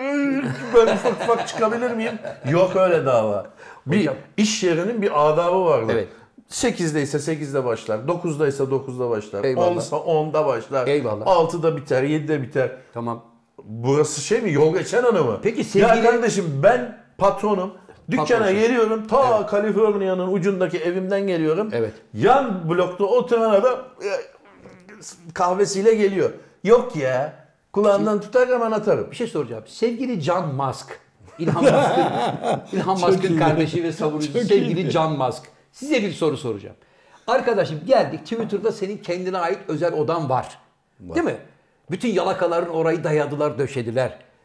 ben ufak ufak çıkabilir miyim? Yok öyle dava. Bir Hocam. iş yerinin bir adabı vardır. Evet. sekizde ise sekizde başlar. dokuzda ise dokuzda başlar. Eyvallah. on ise onda başlar. Eyvallah. altıda biter, yedide biter. Tamam. Burası şey mi? Yol geçen anı mı? Peki Ya sevgili- kardeşim ben patronum. Dükkana Patronsun. geliyorum. Ta Kaliforniya'nın ucundaki evimden geliyorum. Evet. Yan blokta oturan adam e, kahvesiyle geliyor. Yok ya. Kulağından tutar hemen atarım. Bir şey soracağım. Sevgili John Musk. Elon Musk'ın Elon Musk'ın iyi. kardeşi ve savunucusu Çok sevgili iyi. John Musk. Size bir soru soracağım. Arkadaşım geldik Twitter'da senin kendine ait özel odan var. Değil mi? Bütün yalakaların orayı dayadılar, döşediler.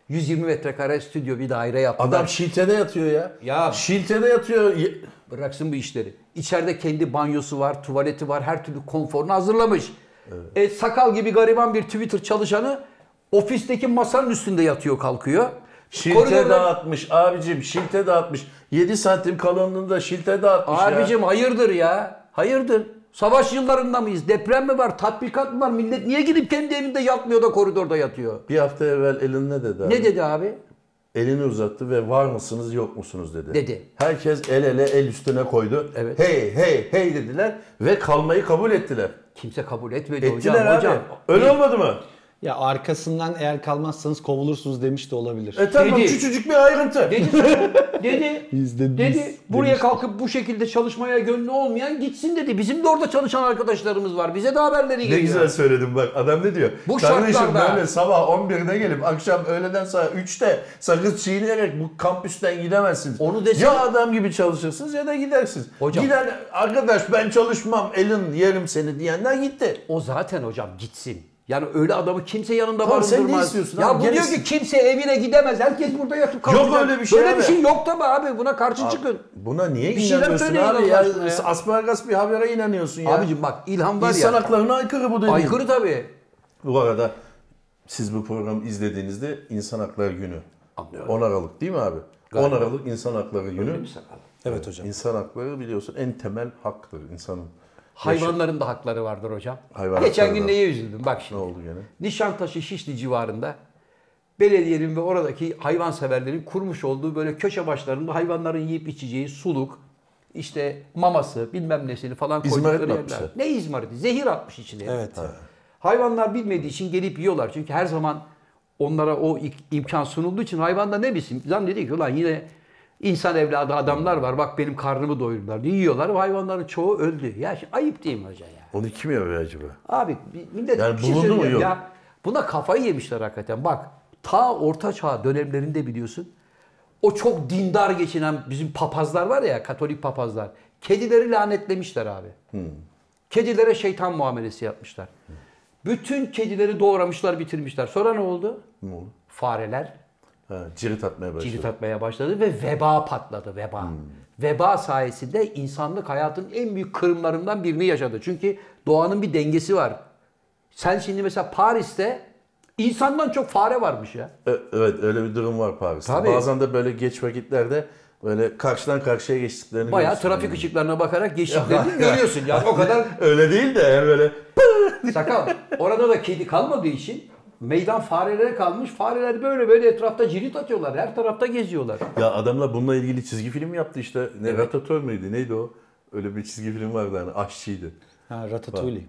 yüz yirmi metrekare stüdyo bir daire yaptılar. Adam Şilte'de yatıyor ya. Ya- Şilte'de yatıyor. Bıraksın bu işleri. İçeride kendi banyosu var, tuvaleti var, her türlü konforunu hazırlamış. E, sakal gibi gariban bir Twitter çalışanı ofisteki masanın üstünde yatıyor kalkıyor. Şilte Koridorda- dağıtmış abicim. Şilte dağıtmış. yedi santim kalınlığında şilte dağıtmış ya. Abicim hayırdır ya? Hayırdır? Savaş yıllarında mıyız? Deprem mi var? Tatbikat mı var? Millet niye gidip kendi evinde yatmıyor da koridorda yatıyor? Bir hafta evvel elin ne dedi abi? Ne dedi abi? Elini uzattı ve var mısınız yok musunuz dedi. Dedi. Herkes el ele el üstüne koydu. Evet. Hey hey hey dediler ve kalmayı kabul ettiler. Kimse kabul etmedi Ettiler hocam. abi. Hocam. Öyle olmadı mı? Ya arkasından eğer kalmazsanız kovulursunuz demiş de olabilir. E tamam Dedi. küçücük bir ayrıntı. Dedi. dedi. Yüzde dedi. yüz Buraya demişti. kalkıp bu şekilde çalışmaya gönlü olmayan gitsin dedi. Bizim de orada çalışan arkadaşlarımız var. Bize de haberleri Ne geliyor. güzel söyledim bak. Adam ne diyor? Bu Kardeşim şartlarda- böyle sabah on birde gelip akşam öğleden sonra üçte sakız çiğneyerek bu kampüsten gidemezsiniz. Onu desene- Ya adam gibi çalışırsınız ya da gidersiniz. Hocam- Giden arkadaş ben çalışmam elin yerim seni diyenler gitti. O zaten hocam gitsin. Yani öyle adamı kimse yanında Tamam, sen ne barındırmaz. istiyorsun Ya abi? bu Gene- diyor ki kimse evine gidemez. Herkes burada yatıp kalkacak. Yok öyle bir şey Böyle abi. bir şey yok tabii abi. Buna karşı çıkın. Buna niye Bir şeyler inanıyorsun söyleyin abi Allah ya? aşkına ya. Asparagas bir habere inanıyorsun ya. Abicim bak İlhan var İnsan ya. haklarına aykırı bu dediğin. Aykırı tabii. Bu arada siz bu programı izlediğinizde İnsan Hakları Günü. Anlıyorum. on Aralık değil mi abi? Galiba. on Aralık İnsan Hakları Günü. Evet hocam. İnsan hakları biliyorsun en temel haktır insanın. Hayvanların da hakları vardır hocam. Hayvan Geçen hakları gün da. neye üzüldüm bak Ne şimdi. oldu gene? Nişantaşı Şişli civarında belediyenin ve oradaki hayvanseverlerin kurmuş olduğu böyle köşe başlarında hayvanların yiyip içeceği suluk, işte maması bilmem nesini falan İzmarit koydukları mi yerler. atmışlar? Ne izmariti? Zehir atmış içine. Evet. Hayvanlar bilmediği için gelip yiyorlar. Çünkü her zaman onlara o ik- imkan sunulduğu için hayvan da ne bilsin. Zannediyor ki ulan yine insan evladı adamlar var. Bak benim karnımı doyurdular diye yiyorlar. O hayvanların çoğu öldü. Ya şimdi ayıp değil mi hoca ya? Onu kim yapıyor acaba? Abi bir- millet Yani bir şey bulundu mu? söylüyor. Yok. Ya buna kafayı yemişler hakikaten. Bak ta Orta Çağ dönemlerinde biliyorsun. O çok dindar geçinen bizim papazlar var ya, Katolik papazlar. Kedileri lanetlemişler abi. Kedilere şeytan muamelesi yapmışlar. Bütün kedileri doğramışlar, bitirmişler. Sonra ne oldu? Ne oldu? Fareler Ha, cirit atmaya başladı. cirit atmaya başladı ve veba patladı, veba. Veba sayesinde insanlık hayatın en büyük kırımlarından birini yaşadı. Çünkü doğanın bir dengesi var. Sen şimdi mesela Paris'te insandan çok fare varmış ya. E- Evet öyle bir durum var Paris'te. Tabii. Bazen de böyle geç vakitlerde böyle karşıdan karşıya geçtiklerini Bayağı görürsün. trafik ışıklarına bakarak geçtiklerini görüyorsun. Yani o kadar Öyle değil de yani böyle sakal. Orada da kedi kalmadığı için meydan farelere kalmış. Fareler böyle böyle etrafta cirit atıyorlar. Her tarafta geziyorlar. ya adamlar bununla ilgili çizgi film yaptı işte. Ne Ratatouille müydü? Neydi o? Öyle bir çizgi film vardı hani aşçıydı. Ha, Ratatouille.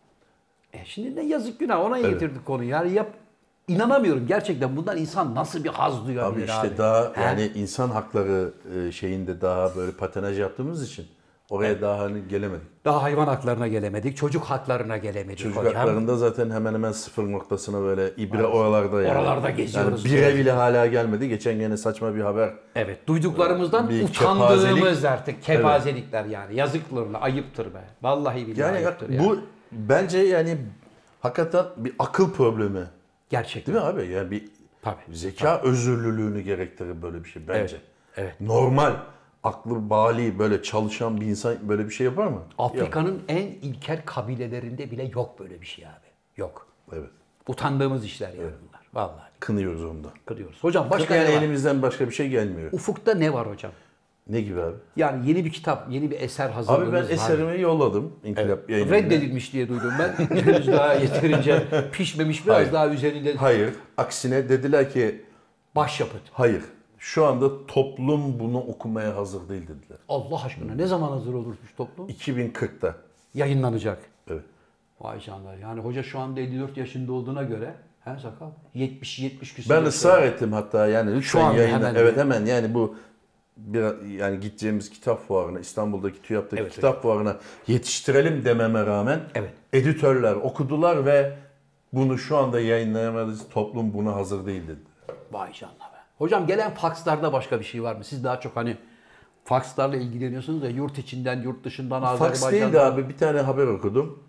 E şimdi ne yazık günah ona getirdik konuyu. Yani yap inanamıyorum gerçekten bundan insan nasıl bir haz Abi duyabilir işte abi. daha He? yani insan hakları e, şeyinde daha böyle patinaj yaptığımız için oraya daha hani gelemedik. Daha hayvan haklarına gelemedik, çocuk haklarına gelemedik Çocuk hocam. haklarında zaten hemen hemen sıfır noktasına böyle ibre oralarda yani. Oralarda geziyoruz. Yani bire bile hala gelmedi. Geçen gene saçma bir haber. Evet, duyduklarımızdan Bir utandığımız kepazelik. artık kepazelikler yani. Yazıklarla ayıptır be. Vallahi billahi Yani ayıptır ya. bu bence yani hakikaten bir akıl problemi. Gerçekten. Değil mi abi? Yani bir Tabii. zeka özürlülüğünü gerektirir böyle bir şey bence. Evet, evet. Normal, aklı bali böyle çalışan bir insan böyle bir şey yapar mı? Yok. Afrika'nın en ilkel kabilelerinde bile yok böyle bir şey abi. Yok. Evet. Utandığımız işler yani bunlar. Vallahi Kınıyoruz onu da. kırıyoruz. Hocam başka yani ne var? elimizden başka bir şey gelmiyor. Ufukta ne var hocam? Ne gibi abi? Yani yeni bir kitap, yeni bir eser hazırlığınız Abi ben var mı? eserimi yolladım. İnkılap yayınına. Reddedilmiş diye duydum ben. Henüz daha yeterince pişmemiş, biraz Hayır. daha üzerinde Hayır. Aksine dediler ki başyapıt. hayır. Şu anda toplum bunu okumaya hazır değil dediler. Allah aşkına ne zaman hazır olurmuş toplum? iki bin kırkta. Yayınlanacak. Evet. Vay canlar. Yani hoca şu anda elli dört yaşında olduğuna göre he sakal yetmiş yetmiş küsur. Ben yaşında. ısrar ettim hatta yani lütfen anda yayınla. hemen evet mi? hemen yani bu bir yani gideceğimiz kitap fuarına İstanbul'daki TÜYAP'taki Evet, kitap fuarına yetiştirelim dememe rağmen Evet. editörler okudular ve bunu şu anda yayınlayamayız. Toplum buna hazır değil dedi. Vay canına be. Hocam gelen fakslarda başka bir şey var mı? Siz daha çok hani fakslarla ilgileniyorsunuz da yurt içinden, yurt dışından, Faks Azerbaycan'dan. değil de abi bir tane haber okudum.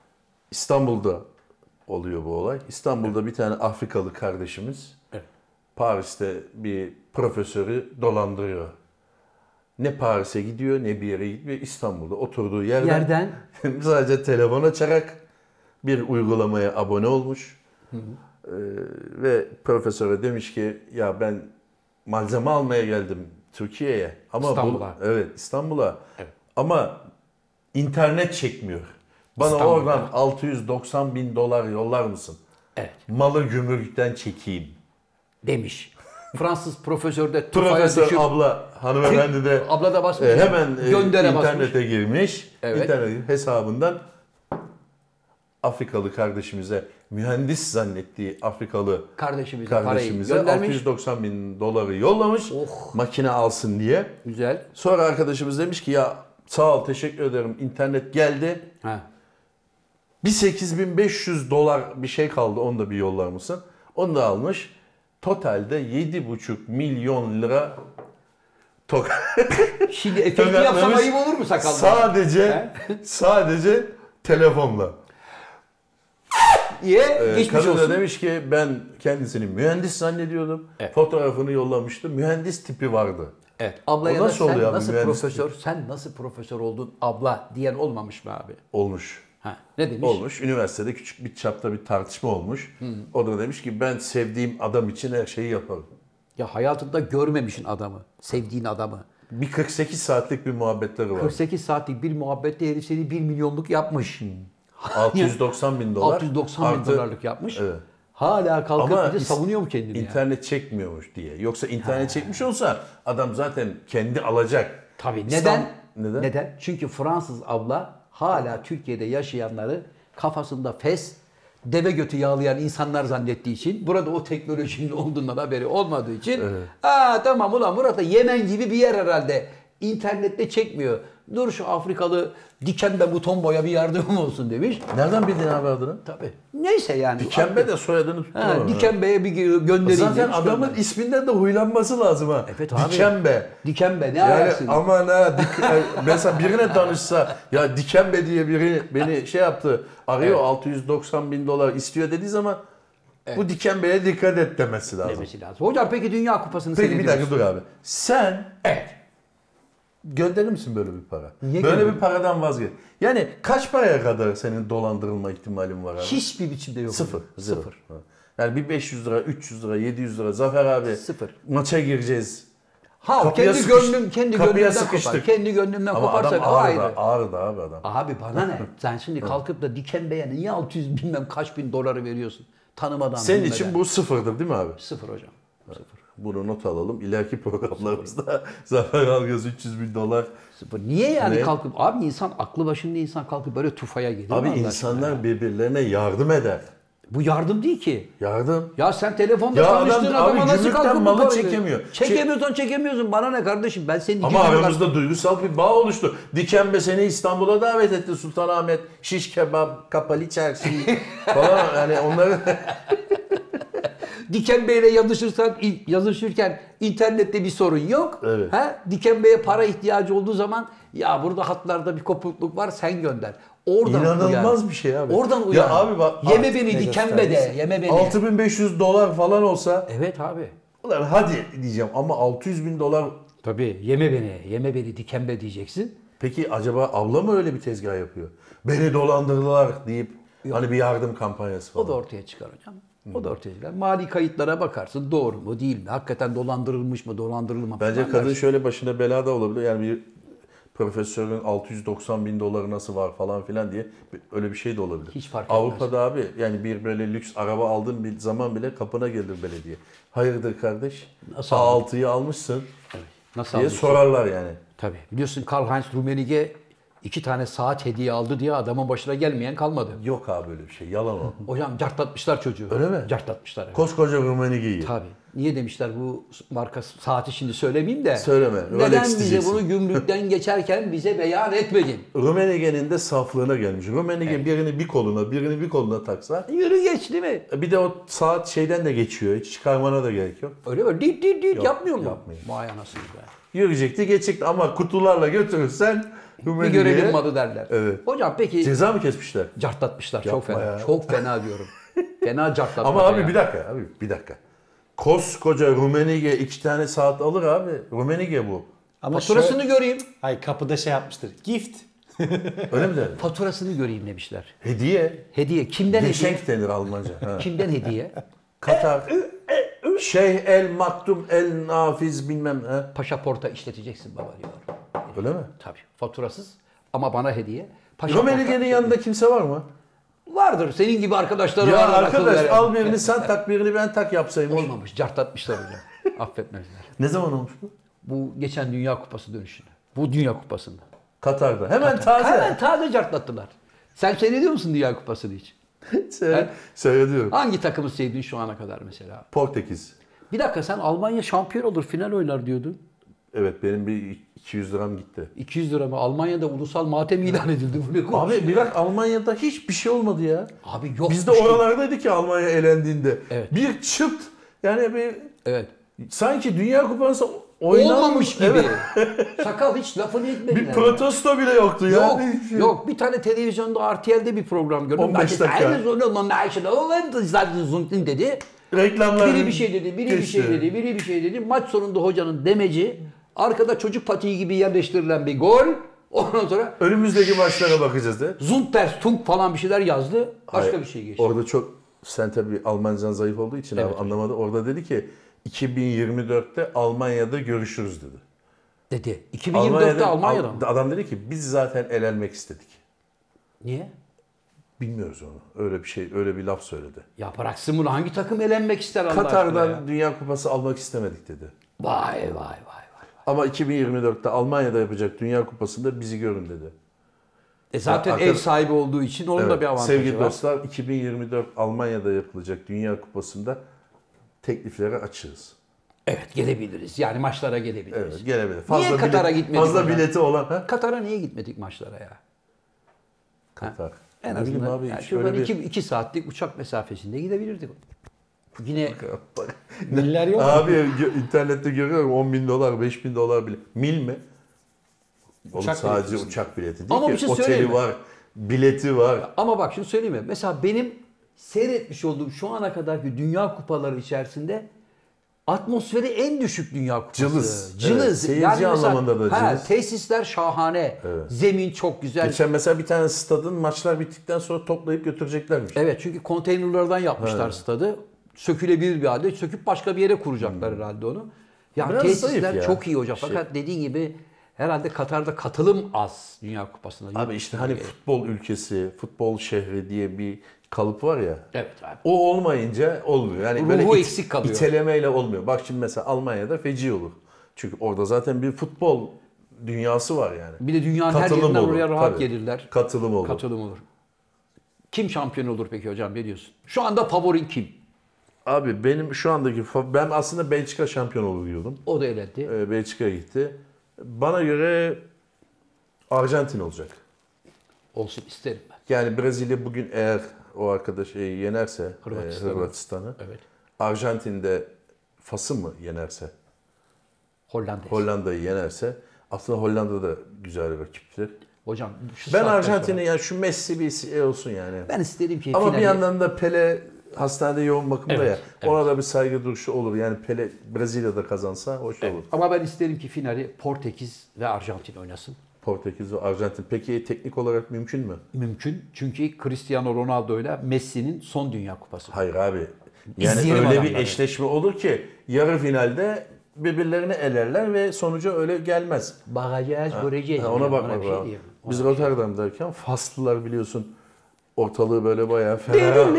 İstanbul'da oluyor bu olay. İstanbul'da bir tane Afrikalı kardeşimiz Evet. Paris'te bir profesörü dolandırıyor. Ne Paris'e gidiyor ne bir yere gitmiyor. İstanbul'da oturduğu yerden, Yerden sadece telefon açarak bir uygulamaya abone olmuş. Hı hı. Ee, ve profesöre demiş ki ya ben malzeme almaya geldim Türkiye'ye. Ama İstanbul'a. Bu, evet İstanbul'a. Evet. Ama internet çekmiyor. Bana İstanbul'da. oradan altı yüz doksan bin dolar yollar mısın? Evet. Malı gümrükten çekeyim. Demiş. Fransız profesör de tufaya Profesör düşüp abla hanımefendi de abla da basmış. e, hemen e, göndere internete basmış. girmiş. Evet. İnternet hesabından Afrikalı kardeşimize, mühendis zannettiği Afrikalı Kardeşimize, kardeşimize parayı altı göndermiş. yüz doksan bin doları yollamış. Oh. Makine alsın diye. Güzel. Sonra arkadaşımız demiş ki ya sağ ol teşekkür ederim internet geldi. Ha. Bir sekiz bin beş yüz dolar bir şey kaldı, onu da bir yollar mısın? Onu da almış. Totalde yedi buçuk milyon lira tok Şimdi efekti yapsam ayıp olur mu sakallı? Sadece sadece telefonla. Niye? Ee, Geçmiş kadın da olsun. demiş ki ben kendisini mühendis zannediyordum. Evet. Fotoğrafını yollamıştı. Mühendis tipi vardı. Evet. Ablaya O da nasıl sen oluyor abi, nasıl mühendis profesör, sen nasıl profesör oldun abla diyen olmamış mı abi? Olmuş. Ha. Ne demiş? Olmuş. Üniversitede küçük bir çapta bir tartışma olmuş. Hı. O da demiş ki ben sevdiğim adam için her şeyi yaparım. Ya hayatında görmemişsin adamı, sevdiğin adamı. Bir kırk sekiz saatlik bir muhabbetleri var. kırk sekiz saatlik bir muhabbette herif seni bir milyonluk yapmış. altı yüz doksan bin dolar. altı yüz doksan bin artı- dolarlık yapmış. Evet. Hala kalkıp Ama bir de is- savunuyor mu kendini ya? İnternet çekmiyormuş diye. Yoksa internet çekmiş olsa adam zaten kendi alacak. Tabii. İslam- Neden? Neden? Neden? Çünkü Fransız abla hala Türkiye'de yaşayanları kafasında fes, deve götü yağlayan insanlar zannettiği için, burada o teknolojinin olduğundan haberi olmadığı için, Evet. aa tamam ulan burası Yemen gibi bir yer herhalde. İnternette çekmiyor. Dur şu Afrikalı Dikembe buton boya bir yardımım olsun demiş. Nereden bildin abi adını? Tabii. Neyse yani. Dikembe de soyadını tuttu. Ha, Dikembe'ye bir göndereyim Zaten demiş, adamın göndermiş. isminden de huylanması lazım ha. Evet abi. Dikembe. Dikembe ne Yani ayaksın? aman ha dik- mesela birine danışsa ya Dikembe diye biri beni şey yaptı arıyor Evet. altı yüz doksan bin dolar istiyor dediği zaman bu Dikembe'ye dikkat et demesi lazım. Demesi lazım. Hocam peki Dünya Kupası'nı Peki bir seyrediyoruz. dakika dur abi. Sen Evet. gönderir misin böyle bir para? Niye böyle gönderim? bir paradan vazgeç. Yani kaç paraya kadar senin dolandırılma ihtimalin var abi? Hiçbir biçimde yok. Sıfır. zero. Sıfır. Ha. Yani bir beş yüz lira, üç yüz lira, yedi yüz lira Zafer abi. Sıfır. Maça gireceğiz. Ha Kapıya kendi sıkıştık. gönlüm kendi Kapıya gönlümden sıkıştık. kopar. Kendi gönlümden Ama koparsak adam o ağır ayrı. da, ağır da abi adam. Abi bana ne? Sen şimdi kalkıp da Dikembe'ye niye altı yüz bilmem kaç bin doları veriyorsun? Tanımadan. Senin bilmeden. için bu sıfırdır değil mi abi? Sıfır hocam. Sıfır. Bunu not alalım. İleriki programlarımızda Zafer Algöz üç yüz bin dolar. Sıfır. Niye yani Ne? kalkıp abi insan aklı başında insan kalkıp böyle tufaya gelir mi Abi Allah aşkına insanlar ya? birbirlerine yardım eder. Bu yardım değil ki. Yardım. Ya sen telefonda Ya tanıştığın adam- adama abi nasıl gümrükten kalkıp bu malı parayı- çekemiyor. Çekemiyorsan çekemiyorsun. Bana ne kardeşim? Ben senin iki Ama yüz lira- aramızda duygusal bir bağ oluştu. Dikembe seni İstanbul'a davet etti. Sultanahmet, şiş kebap, kapalı çarşı falan. Yani onları Dikembe'yle yazışırsan, yazışırken internette bir sorun yok. Evet. Ha? Dikembe'ye para ihtiyacı olduğu zaman ya burada hatlarda bir kopukluk var sen gönder. Oradan İnanılmaz uyan. bir şey abi. Oradan Ya uyan. abi bak- Yeme Art- beni ne Dikembe'de. göstergesi? Yeme beni. altı bin beş yüz dolar falan olsa Evet abi. ulan hadi diyeceğim ama altı yüz bin dolar. Tabii yeme beni. Yeme beni Dikembe diyeceksin. Peki acaba abla mı öyle bir tezgah yapıyor? Beni dolandırdılar deyip hani bir yardım kampanyası falan. O da ortaya çıkar hocam. O da ortaya çıkar. Mali kayıtlara bakarsın. Doğru mu değil mi? Hakikaten dolandırılmış mı dolandırılmamış mı? Bence kadın anlarsın. şöyle başına belada olabilir. Yani bir profesörün altı yüz doksan bin doları nasıl var falan filan diye öyle bir şey de olabilir. Hiç fark etmez. Avrupa'da abi yani bir böyle lüks araba aldığın bir zaman bile kapına gelir belediye. Hayırdır kardeş? Nasıl A altıyı almışsın Nasıl diye almışsın? sorarlar yani. Tabii. Biliyorsun Karl-Heinz Rummenigge iki tane saat hediye aldı diye adamın başına gelmeyen kalmadı. Yok abi öyle bir şey. Yalan o. Hocam cartlatmışlar çocuğu. Öyle mi? Cartlatmışlar. Evet. Koskoca Rummenigge'yi. Tabii. Niye demişler bu marka saati şimdi söylemeyeyim de. Söyleme. Neden Rolex bize diyeceksin. bunu gümrükten geçerken bize beyan etmedin? Rummenigge'nin de saflığına gelmiş. Rummenigge birini bir koluna, birini bir koluna taksa Yürü geç değil mi? bir de o saat şeyden de geçiyor. Hiç çıkarmana da gerek yok. Öyle mi? Dit dit dit Yok, yapmıyor mu? yapmıyor. Vay anasını be. Yürüyecekti, geçecekti ama kutularla götürürsen Bir Rummenigge'ye görelim malı derler. Evet. Hocam peki ceza mı kesmişler? cartlatmışlar çok Yapma fena. ya. Çok fena diyorum. Fena cartlatma. Ama abi ya. bir dakika abi bir dakika. Koskoca Rummenigge iki tane saat alır abi. Rummenigge bu. Ama Faturasını şöyle- göreyim. Ay kapıda şey yapmıştır. Gift. Öyle mi der? Faturasını göreyim demişler. Hediye. Hediye. Kimden hediye? Geschenk denir Almanca. Ha. Kimden hediye? Katar. Şeyh El Maktum El Nafiz bilmem. Ha. Paşaporta işleteceksin baba diyor. Öyle mi? Tabii. Faturasız ama bana hediye. Paşaporta Rummenigge'nin yanında kimse var mı? vardır. Senin gibi arkadaşları Ya vardır. akıl arkadaş veren. al birini sen tak birini ben tak yapsaymış. Olmamış. Cartlatmışlar hocam. Affetmezler. Ne zaman olmuş bu? Bu geçen Dünya Kupası dönüşünde. Bu Dünya Kupası'nda. Katar'da. Hemen taze. Hemen taze cartlattılar. Sen seyrediyor musun Dünya Kupası'nı hiç? Seyre- Seyrediyorum. Hangi takımı sevdin şu ana kadar mesela? Portekiz. Bir dakika sen Almanya şampiyon olur final oynar diyordun. Evet benim bir iki yüz liram gitti. iki yüz lira mı? Almanya'da ulusal matem ilan edildi. Bu ne konuşuyor? Abi bırak Almanya'da hiçbir şey olmadı ya. Abi yok. Biz de bir şey. oralardaydık ki Almanya elendiğinde. Evet. Bir çıt yani bir Evet. sanki Dünya Kupası oynanmış Olmamış gibi. Evet. Sakal hiç lafını etmediler. Bir ya. protesto bile yoktu ya. Yok, yok. Bir tane televizyonda R T L'de bir program gördüm. on beş Belki dakika. herkes onu national dedi. Reklamlar. Biri bir şey dedi, biri bir geçti. şey dedi, biri bir şey dedi. Maç sonunda hocanın demeci, arkada çocuk patiği gibi yerleştirilen bir gol. Ondan sonra Önümüzdeki maçlara bakacağız de. Zunters, Tunk falan bir şeyler yazdı. Başka Hayır, bir şey geçti. Orada çok sen tabii Almancan zayıf olduğu için Evet abi hocam. anlamadı. Orada dedi ki iki bin yirmi dörtte Almanya'da görüşürüz dedi. Dedi. iki bin yirmi dörtte Almanya'da mı? Adam dedi ki biz zaten elenmek istedik. Niye? Bilmiyoruz onu. Öyle bir şey, öyle bir laf söyledi. Ya bıraksın bunu. Hangi takım elenmek ister Allah aşkına ya? Katar'dan Dünya Kupası almak istemedik dedi. Vay vay vay vay. Ama iki bin yirmi dörtte Almanya'da yapacak Dünya Kupası'nda bizi görün dedi. E zaten Ya, ev arkadaş- sahibi olduğu için onun da Evet, bir avantajı sevgili var. dostlar iki bin yirmi dört Almanya'da yapılacak Dünya Kupası'nda tekliflere açığız. Evet gelebiliriz. Yani maçlara gelebiliriz. Evet gelebilir. Niye Katar'a bilet- gitmedik Fazla hocam? bileti olan. Ha? Katar'a niye gitmedik maçlara ya? Katar. En Ne bileyim azından abi, yani hiç şuradan öyle bir- iki, iki saatlik uçak mesafesinde gidebilirdik. Yine Miller yok. Abi gö- internette görüyorum on bin dolar, beş bin dolar bile. Mil mi? Oğlum Uçak sadece bileti. uçak bileti değil Ama ki. bir şey söyleyeyim Oteli mi? var, bileti var. ama bak şunu söyleyeyim mi? Mesela benim seyretmiş olduğum şu ana kadarki dünya kupaları içerisinde atmosferi en düşük dünya kupası. Cılız. Cılız. Evet, seyirci anlamında da ha, cılız. tesisler şahane. Evet. Zemin çok güzel. Geçen mesela bir tane stadın maçlar bittikten sonra toplayıp götüreceklermiş. Evet çünkü konteynerlardan yapmışlar stadı. Sökülebilir bir halde. Söküp başka bir yere kuracaklar herhalde onu. Yani Biraz tesisler zayıf ya. çok iyi hocam. Şey- Fakat dediğin gibi herhalde Katar'da katılım az Dünya Kupası'na. Abi işte hani futbol ülkesi, futbol şehri diye bir kalıp var ya. Evet abi. O olmayınca olmuyor. Yani Ruhu böyle it- eksik kalıyor. itelemeyle olmuyor. Bak şimdi mesela Almanya'da feci olur. Çünkü orada zaten bir futbol dünyası var yani. Bir de dünyanın her Katılım yerinden olur, oraya rahat tabii. gelirler. Katılım olur. Katılım olur. Kim şampiyon olur peki hocam ne diyorsun? Şu anda favorin kim? Abi benim şu andaki fa- ben aslında Belçika şampiyon olur diyordum. O da elendi. Ee, Belçika'ya gitti. Bana göre Arjantin olacak. Olsun isterim ben. Yani Brezilya bugün eğer o arkadaşı yenerse Hırvatistan'ı. e, Hırvatistan'ı, Evet. Arjantin'de Fas'ı mı yenerse, Hollanda. Hollanda'yı yenerse aslında Hollanda da güzel bir rakiptir. Hocam şu Ben saatten Arjantin'in sonra- yani şu Messi bir şey olsun yani. ben isterim ki Ama bir finali- yandan da Pele hastanede yoğun bakımda Evet, ya. Ona da bir saygı duruşu olur. Yani Pele Brezilya'da kazansa hoş olur. Ama ben isterim ki finali Portekiz ve Arjantin oynasın. Portekiz ve Arjantin. Peki teknik olarak mümkün mü? Mümkün. Çünkü Cristiano Ronaldo ile Messi'nin son Dünya Kupası. Hayır abi. Yani İzleyelim öyle bir adamları. eşleşme olur ki yarı finalde birbirlerini elerler ve sonuca öyle gelmez. Bakacağız, göreceğiz. Ha, ona Yani, bakmak bir şey lazım. diyeyim. Biz Ona bir şey Rotterdam'dayken Faslılar biliyorsun ortalığı böyle bayağı fena.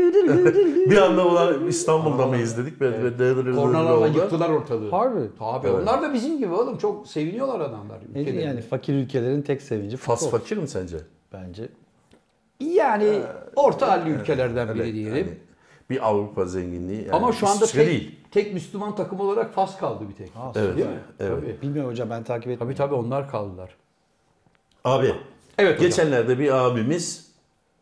Bir anda ulan İstanbul'da mı izledik? Ve ve dağılır Kornalarla oldu. yıktılar ortalığı. Harbi. Tabii Evet. onlar da bizim gibi oğlum. Çok seviniyorlar adamlar. Ne ülkelerinde. yani fakir ülkelerin tek sevinci Fas futbol. fakir mi sence? Bence. Yani orta halli ülkelerden biri Evet, diyelim. yani bir Avrupa zenginliği. Yani Ama şu anda İsviçre tek, değil. tek Müslüman takım olarak Fas kaldı bir tek. Evet, Değil mi? evet. Tabii. Bilmiyorum hocam ben takip etmiyorum. Tabii tabii onlar kaldılar. Abi Evet hocam. geçenlerde bir abimiz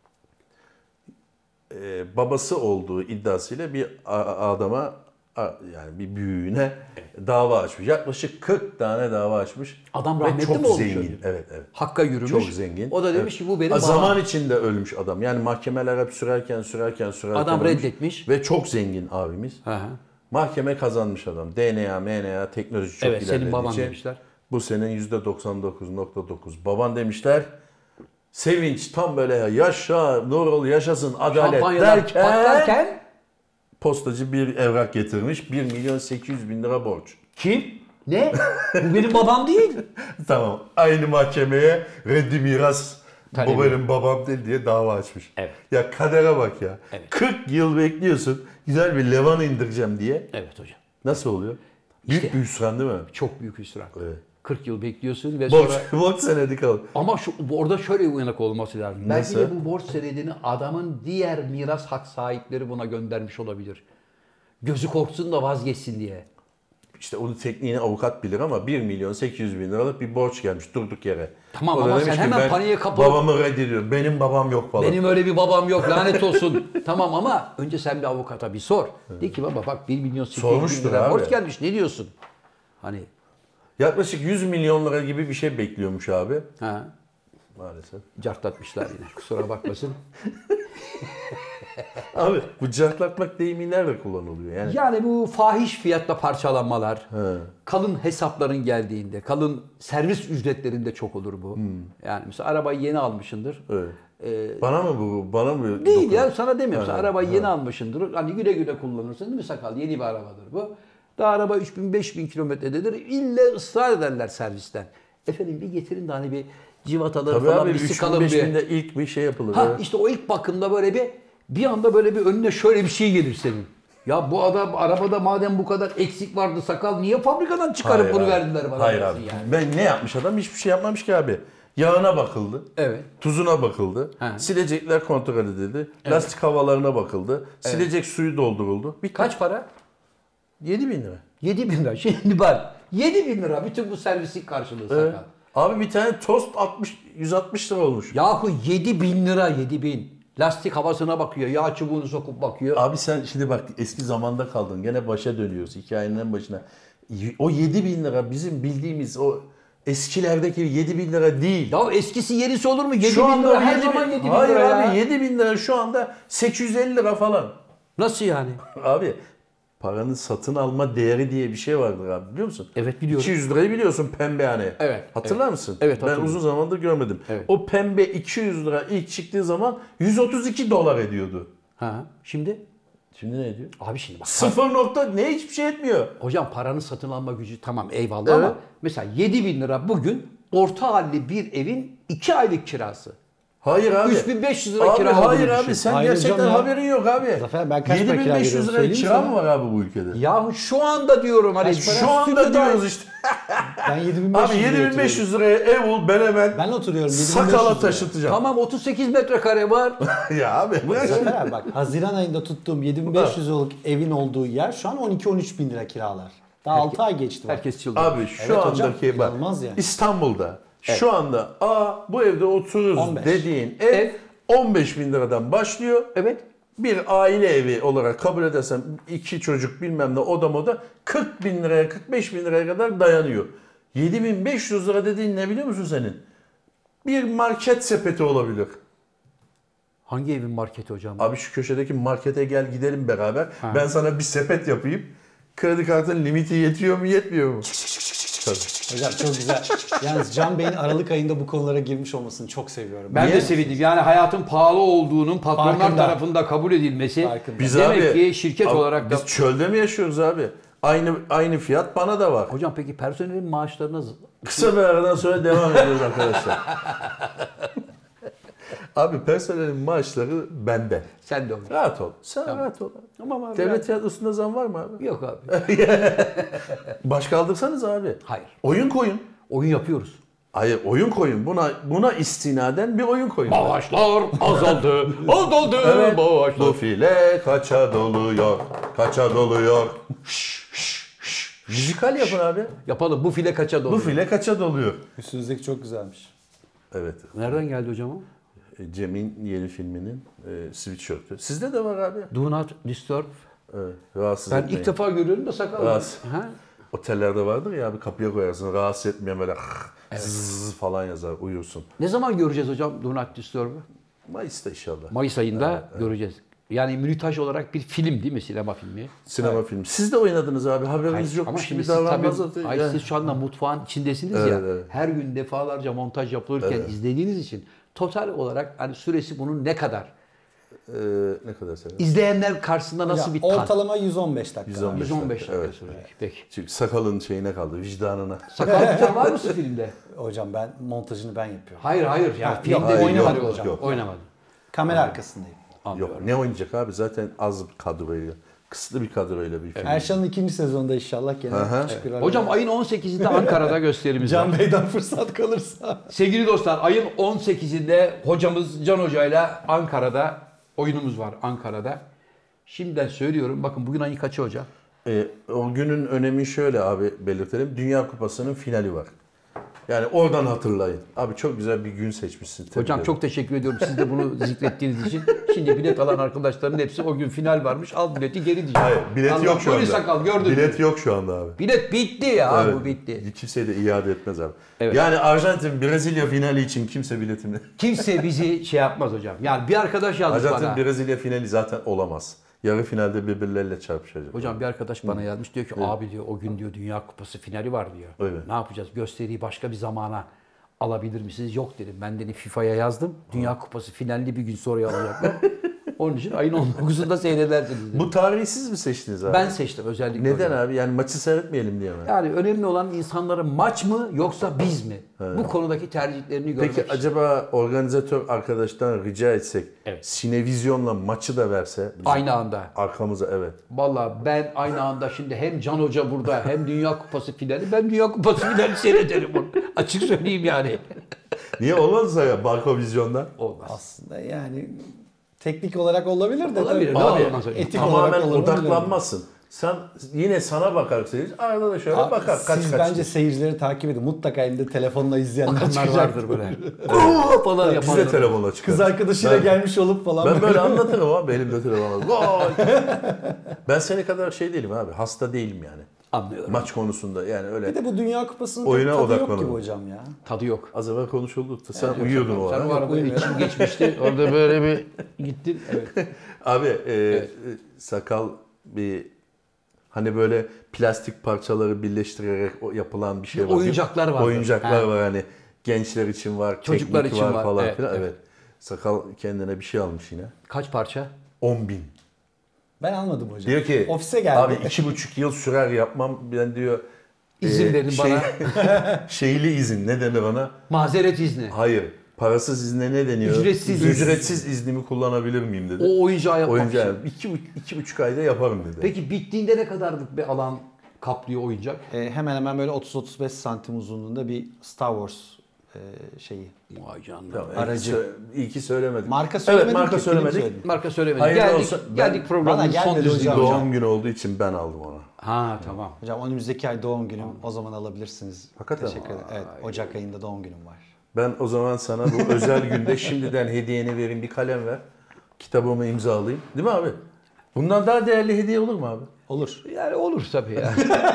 e, babası olduğu iddiasıyla bir a- adama a- yani bir büyüğüne dava açmış. Yaklaşık kırk tane dava açmış. Adam Ve rahmetli çok mi olmuş zengin. çocuk? Evet evet. Hakka yürümüş. Çok zengin. O da demiş Evet. ki bu benim A, babam. Zaman içinde ölmüş adam. Yani mahkemeler hep sürerken sürerken sürerken Adam ölmüş. reddetmiş. Ve çok zengin abimiz. Hı hı. Mahkeme kazanmış adam. D N A, M N A teknoloji çok Evet, senin ilerlediği baban için demişler. bu senin yüzde doksan dokuz nokta dokuz. Baban demişler. Sevinç tam böyle yaşa, Nurol yaşasın, adalet Şampanyalar derken patlarken postacı bir evrak getirmiş. bir milyon sekiz yüz bin lira borç. kim? Ne? Bu benim babam değil. Tamam. Aynı mahkemeye reddi miras Talebi. bu benim babam değil diye dava açmış. Evet. Ya kadere bak ya. Evet. kırk yıl bekliyorsun. Güzel bir levan indireceğim diye. Evet hocam. Nasıl oluyor? Büyük İşte- bir hüsran değil mi? Çok büyük hüsran. Evet. kırk yıl bekliyorsun ve Borç, sonra... borç senedi kalır. Ama şu, orada şöyle uyanık olması lazım. Belki Nasıl? de bu borç senedini adamın diğer miras hak sahipleri buna göndermiş olabilir. Gözü korksun da vazgeçsin diye. İşte onun tekniğini avukat bilir ama bir milyon sekiz yüz bin liralık bir borç gelmiş durduk yere. Tamam O da ama demiş sen ki, hemen ben paniğe kapılıp- babamı reddediyorum. Benim babam yok falan. Benim öyle bir babam yok lanet olsun. Tamam ama önce sen bir avukata bir sor. De ki baba bak bir milyon sekiz yüz bin Sormuştur lira abi. borç gelmiş ne diyorsun? Hani Yaklaşık yüz milyon lira gibi bir şey bekliyormuş abi. ha, Maalesef. cartlatmışlar yine kusura bakmasın. Abi bu cartlatmak deyimi nerede kullanılıyor? Yani Yani bu fahiş fiyatla parçalanmalar, He. kalın hesapların geldiğinde, kalın servis ücretlerinde çok olur bu. Yani mesela arabayı yeni almışındır. evet. Ee, Bana mı bu? Bana mı? Değil dokunuyor? ya sana demiyorum. Sen Ha, arabayı ha. yeni almışsındır. Hani güle güle kullanırsın değil mi sakal? Yeni bir arabadır bu. Daha araba üç bin beş bin kilometrededir. İlle ısrar ederler servisten. Efendim bir getirin de hani bir civataları Tabii falan abi bir üç bin sıkalım beş bir. binde ilk bir şey yapılır. Ha evet. işte o ilk bakımda böyle bir bir anda böyle bir önüne şöyle bir şey gelir senin. Ya bu adam arabada madem bu kadar eksik vardı sakal niye fabrikadan çıkarıp Hayır bunu abi. verdiler bana? Hayır dersin abi. Yani. Ben ne yapmış adam? Hiçbir şey yapmamış ki abi. Yağına bakıldı. Evet. Tuzuna bakıldı. Ha. Silecekler kontrol edildi. Lastik havalarına bakıldı. Silecek suyu dolduruldu. Bir Kaç para? yedi bin lira. yedi bin lira. Şimdi bak yedi bin lira bütün bu servisin karşılığı sakal. Evet. Abi bir tane tost altmış yüz altmış lira olmuş. Yahu yedi bin lira yedi bin. Lastik havasına bakıyor. Yağ çubuğunu sokup bakıyor. Abi sen şimdi bak eski zamanda kaldın. Gene başa dönüyoruz hikayenin en başına. O yedi bin lira bizim bildiğimiz o eskilerdeki yedi bin lira değil. Ya eskisi yenisi olur mu? yedi Şu bin anda lira o her yedi zaman bin- yedi bin Hayır lira abi ya. yedi bin lira şu anda sekiz yüz elli lira falan. Nasıl yani? Abi paranın satın alma değeri diye bir şey vardır abi biliyor musun? Evet, biliyorum. iki yüz lirayı biliyorsun pembehane. Evet, Hatırlar evet. mısın? Evet, Ben hatırlıyorum. uzun zamandır görmedim. Evet. O pembe iki yüz lira ilk çıktığı zaman yüz otuz iki dolar ediyordu. Ha, şimdi? Şimdi ne ediyor? Abi şimdi bak. Sıfır nokta ne hiçbir şey etmiyor. Hocam paranın satın alma gücü tamam eyvallah Evet. ama mesela yedi bin lira bugün orta halli bir evin iki aylık kirası. Hayır abi. üç bin beş yüz lira abi, kira olduğunu Hayır abi düşün. sen Hayır gerçekten hocam ya. haberin yok abi. Zafer, ben kaç para kira 7500 veriyorum lira söyleyeyim kira sana. mı var abi bu ülkede? Yahu şu anda diyorum hani Kaç para? Şu anda stüdyoda- diyoruz işte. Ben yedi bin beş yüz Abi liraya yedi bin beş yüz oturuyorum. liraya ev bul ben hemen Ben oturuyorum yedi bin beş yüz sakala liraya. taşıtacağım. Tamam otuz sekiz metrekare var. ya abi. Zafer abi bak Haziran ayında tuttuğum yedi bin beş yüz liralık evin olduğu yer şu an on iki on üç bin lira kiralar. Daha altı ay geçti bak. Herkes çıldırdı. Abi şu Evet hocam, andaki bak inanılmaz yani. İstanbul'da şu anda aa bu evde otururuz on beş. dediğin ev, Ev. on beş bin liradan başlıyor. Evet. Bir aile evi olarak kabul edersem iki çocuk bilmem ne oda moda kırk bin liraya kırk beş bin liraya kadar dayanıyor. yedi bin beş yüz lira dediğin ne biliyor musun senin? Bir market sepeti olabilir. Hangi evin marketi hocam? Abi şu köşedeki markete gel gidelim beraber. Ben sana bir sepet yapayım. Kredi kartın limiti yetiyor mu yetmiyor mu? Tabii. Hocam çok güzel. Yalnız Can Bey'in Aralık ayında bu konulara girmiş olmasını çok seviyorum. Ben Niye? de sevindim. Yani hayatın pahalı olduğunun patronlar Farkında. tarafında kabul edilmesi. Farkında. Biz Demek abi, ki şirket abi, olarak da... biz çölde mi yaşıyoruz abi? Aynı aynı fiyat bana da var. Hocam peki personelin maaşlarına... z- Kısa bir aradan sonra devam ediyoruz arkadaşlar. Abi personelin maaşları bende. Sen de onu. Rahat ol. Sen rahat ol. Tamam abi. Devlet tiyatrosunda zam var mı abi? Yok abi. Baş kaldırsanız abi. Hayır. Oyun koyun. Oyun yapıyoruz. Hayır oyun koyun. Buna buna istinaden bir oyun koyun. Maaşlar azaldı. Azaldı. Evet. Bu Maaşlar. file kaça doluyor? Kaça doluyor? Şş, şş, şş. Müzikal yapın abi. Yapalım. Bu file kaça Bu doluyor? file kaça doluyor? Üstünüzdeki çok güzelmiş. Evet. Nereden geldi hocam o? E, Cem'in yeni filminin e, sweatshirt'ü. Sizde de var abi. Do not disturb. Evet. Rahatsız Ben etmeyin. ilk defa görüyorum da sakal. Rahatsız. Ha? Otellerde vardır ya abi kapıya koyarsın. Rahatsız etmeyen böyle zzz falan yazar uyursun. Ne zaman göreceğiz hocam Do not disturb'u? Mayıs'ta inşallah. Mayıs ayında göreceğiz. yani minütaj olarak bir film değil mi, sinema filmi? Sinema filmi. Siz de oynadınız abi. Haberiniz Hayır, ama yokmuş şimdi gibi siz tabii, davranmaz. hayır, Yani. siz şu anda mutfağın içindesiniz Evet, ya. evet. Her gün defalarca montaj yapılırken Evet. izlediğiniz için total olarak hani süresi bunun ne kadar? Ee, ne kadar sever? İzleyenler karşısında nasıl Hocam, bir tat? ortalama yüz on beş dakika. yüz on beş yüz on beş dakika Evet. sürecek. Peki. Çünkü sakalın şeyine kaldı, vicdanına. Sakal güzel var mısın filmde? Hocam ben montajını ben yapıyorum. Hayır hayır. Yani Ha, filmde yok, oynamadı oynamadım hocam. hocam. yok. Oynamadı. Kamera arkasındayım. Anlıyorum. Yok, ne oynayacak abi? Zaten az bir kadroyla, kısıtlı bir kadroyla bir film. Erşan'ın ikinci sezonda inşallah gene Aha. çıkıyor. Hocam ayın on sekizinde Ankara'da gösterimiz var. Can Bey'den fırsat kalırsa. Sevgili dostlar, ayın on sekizinde hocamız Can Hoca ile Ankara'da oyunumuz var Ankara'da. Şimdiden söylüyorum. Bakın bugün ayın kaçı hocam? Ee, o günün önemi şöyle abi belirtelim. Dünya Kupası'nın finali var. Yani oradan hatırlayın. Abi çok güzel bir gün seçmişsin. Tebrik Hocam ederim. çok teşekkür ediyorum siz de bunu zikrettiğiniz için. Şimdi bilet alan arkadaşların hepsi o gün final varmış. Al bileti geri diyeceğim. Hayır, bilet Allah, yok şu anda. buyur sakal, gördün mü? Bilet yok şu anda abi. Bilet bitti ya, Evet. bu bitti. Kimse de iade etmez abi. Evet. Yani Arjantin Brezilya finali için kimse biletini. Kimse bizi şey yapmaz hocam. Yani bir arkadaş yazmış Arjantin bana. Brezilya finali zaten olamaz. Yarı finalde birbirleriyle çarpışacak. Hocam bir arkadaş bana yazmış, diyor ki abi diyor o gün diyor Dünya Kupası finali var diyor. Evet. Ne yapacağız? Gösteriyi başka bir zamana alabilir misiniz? Yok dedim. Ben de FIFA'ya yazdım. Dünya Kupası finalli bir gün sonra alacaklar. Onun için ayın on dokuzunda seyredersiniz dedim. Bu tarihi siz mi seçtiniz abi? Ben seçtim özellikle. Neden hocam. abi? Yani maçı seyretmeyelim diye mi? Yani önemli olan insanların maç mı yoksa biz mi? Bu konudaki tercihlerini görmek Peki için. acaba organizatör arkadaştan rica etsek Evet. Sinevizyon'la maçı da verse bizim Aynı anda. arkamıza evet. Valla ben aynı anda şimdi hem Can Hoca burada hem Dünya Kupası finali, ben Dünya Kupası finali seyrederim onu. Açık söyleyeyim yani. Niye olmazsa ya Barko Vizyon'da? Olmaz. Aslında yani teknik olarak olabilir de. Olabilir, tabii. ne Abi, olmaz hocam? etik olarak tamamen olur mu odaklanmazsın. Sen yine sana bakar seyirci. Arada da şöyle Abi, bakar. Kaç siz kaç. bence seyircileri takip edin. Mutlaka elinde telefonla izleyenler Bakanlar çıkacak. vardır böyle. Oo falan Biz yapanlar. de telefonla çıkarız. Kız arkadaşıyla Ben- gelmiş olup falan. Ben böyle anlatırım abi. Elimde telefon var. Vay! Ben seni kadar şey değilim abi. Hasta değilim yani. Anlıyorum. Maç konusunda yani öyle. Bir de bu Dünya Kupası'nın Oyuna tadı yok odaklanalım. gibi hocam ya. Tadı yok. Az evvel konuşuldu. Sen Evet, uyuyordun yok, o Sen ara. o arada uyumuyorum. içim geçmişti. Orada böyle bir gittin. Evet. Abi e, e, sakal bir hani böyle plastik parçaları birleştirerek o- yapılan bir şey var. Oyuncaklar var. Oyuncaklar Ha. var hani gençler için var, Çocuklar teknik için var, var. falan Evet, filan. Evet. evet. Sakal kendine bir şey almış yine. Kaç parça? on bin. Ben almadım hocam. Diyor ki Ofise geldi. abi iki buçuk yıl sürer yapmam. Ben diyor İzin e, verin şey- bana. Şeyli izin ne denir ona? Mazeret izni. Hayır. Parasız izne ne deniyor? Ücretsiz. Ücretsiz iznimi kullanabilir miyim dedi. O oyuncağı yapmak Oyuncağı için. iki, bu- iki buçuk ayda yaparım dedi. Peki bittiğinde ne kadarlık bir alan kaplıyor oyuncak? Ee, hemen hemen böyle otuz otuz beş santim uzunluğunda bir Star Wars e, şeyi. Vay canına. Tamam, Aracı. iyi ki sö- İyi ki söylemedik. Marka Evet söylemedim marka ki, film söylemedik. söyledim. Marka söylemedik. Hayırlı Geldik, olsun. Ben- geldik programın Bana son gelmedi düzlüğüne hocam. hocam. Doğum günü olduğu için ben aldım onu. Ha tamam. Hocam önümüzdeki ay doğum günüm. O zaman alabilirsiniz. Hakikaten Teşekkür ederim. Evet, Ocak ayında doğum günüm var. Ben o zaman sana bu özel günde şimdiden hediyeni vereyim, bir kalem ver. Kitabımı imzalayayım. Değil mi abi? Bundan daha değerli hediye olur mu abi? Olur. Yani olur tabii ya.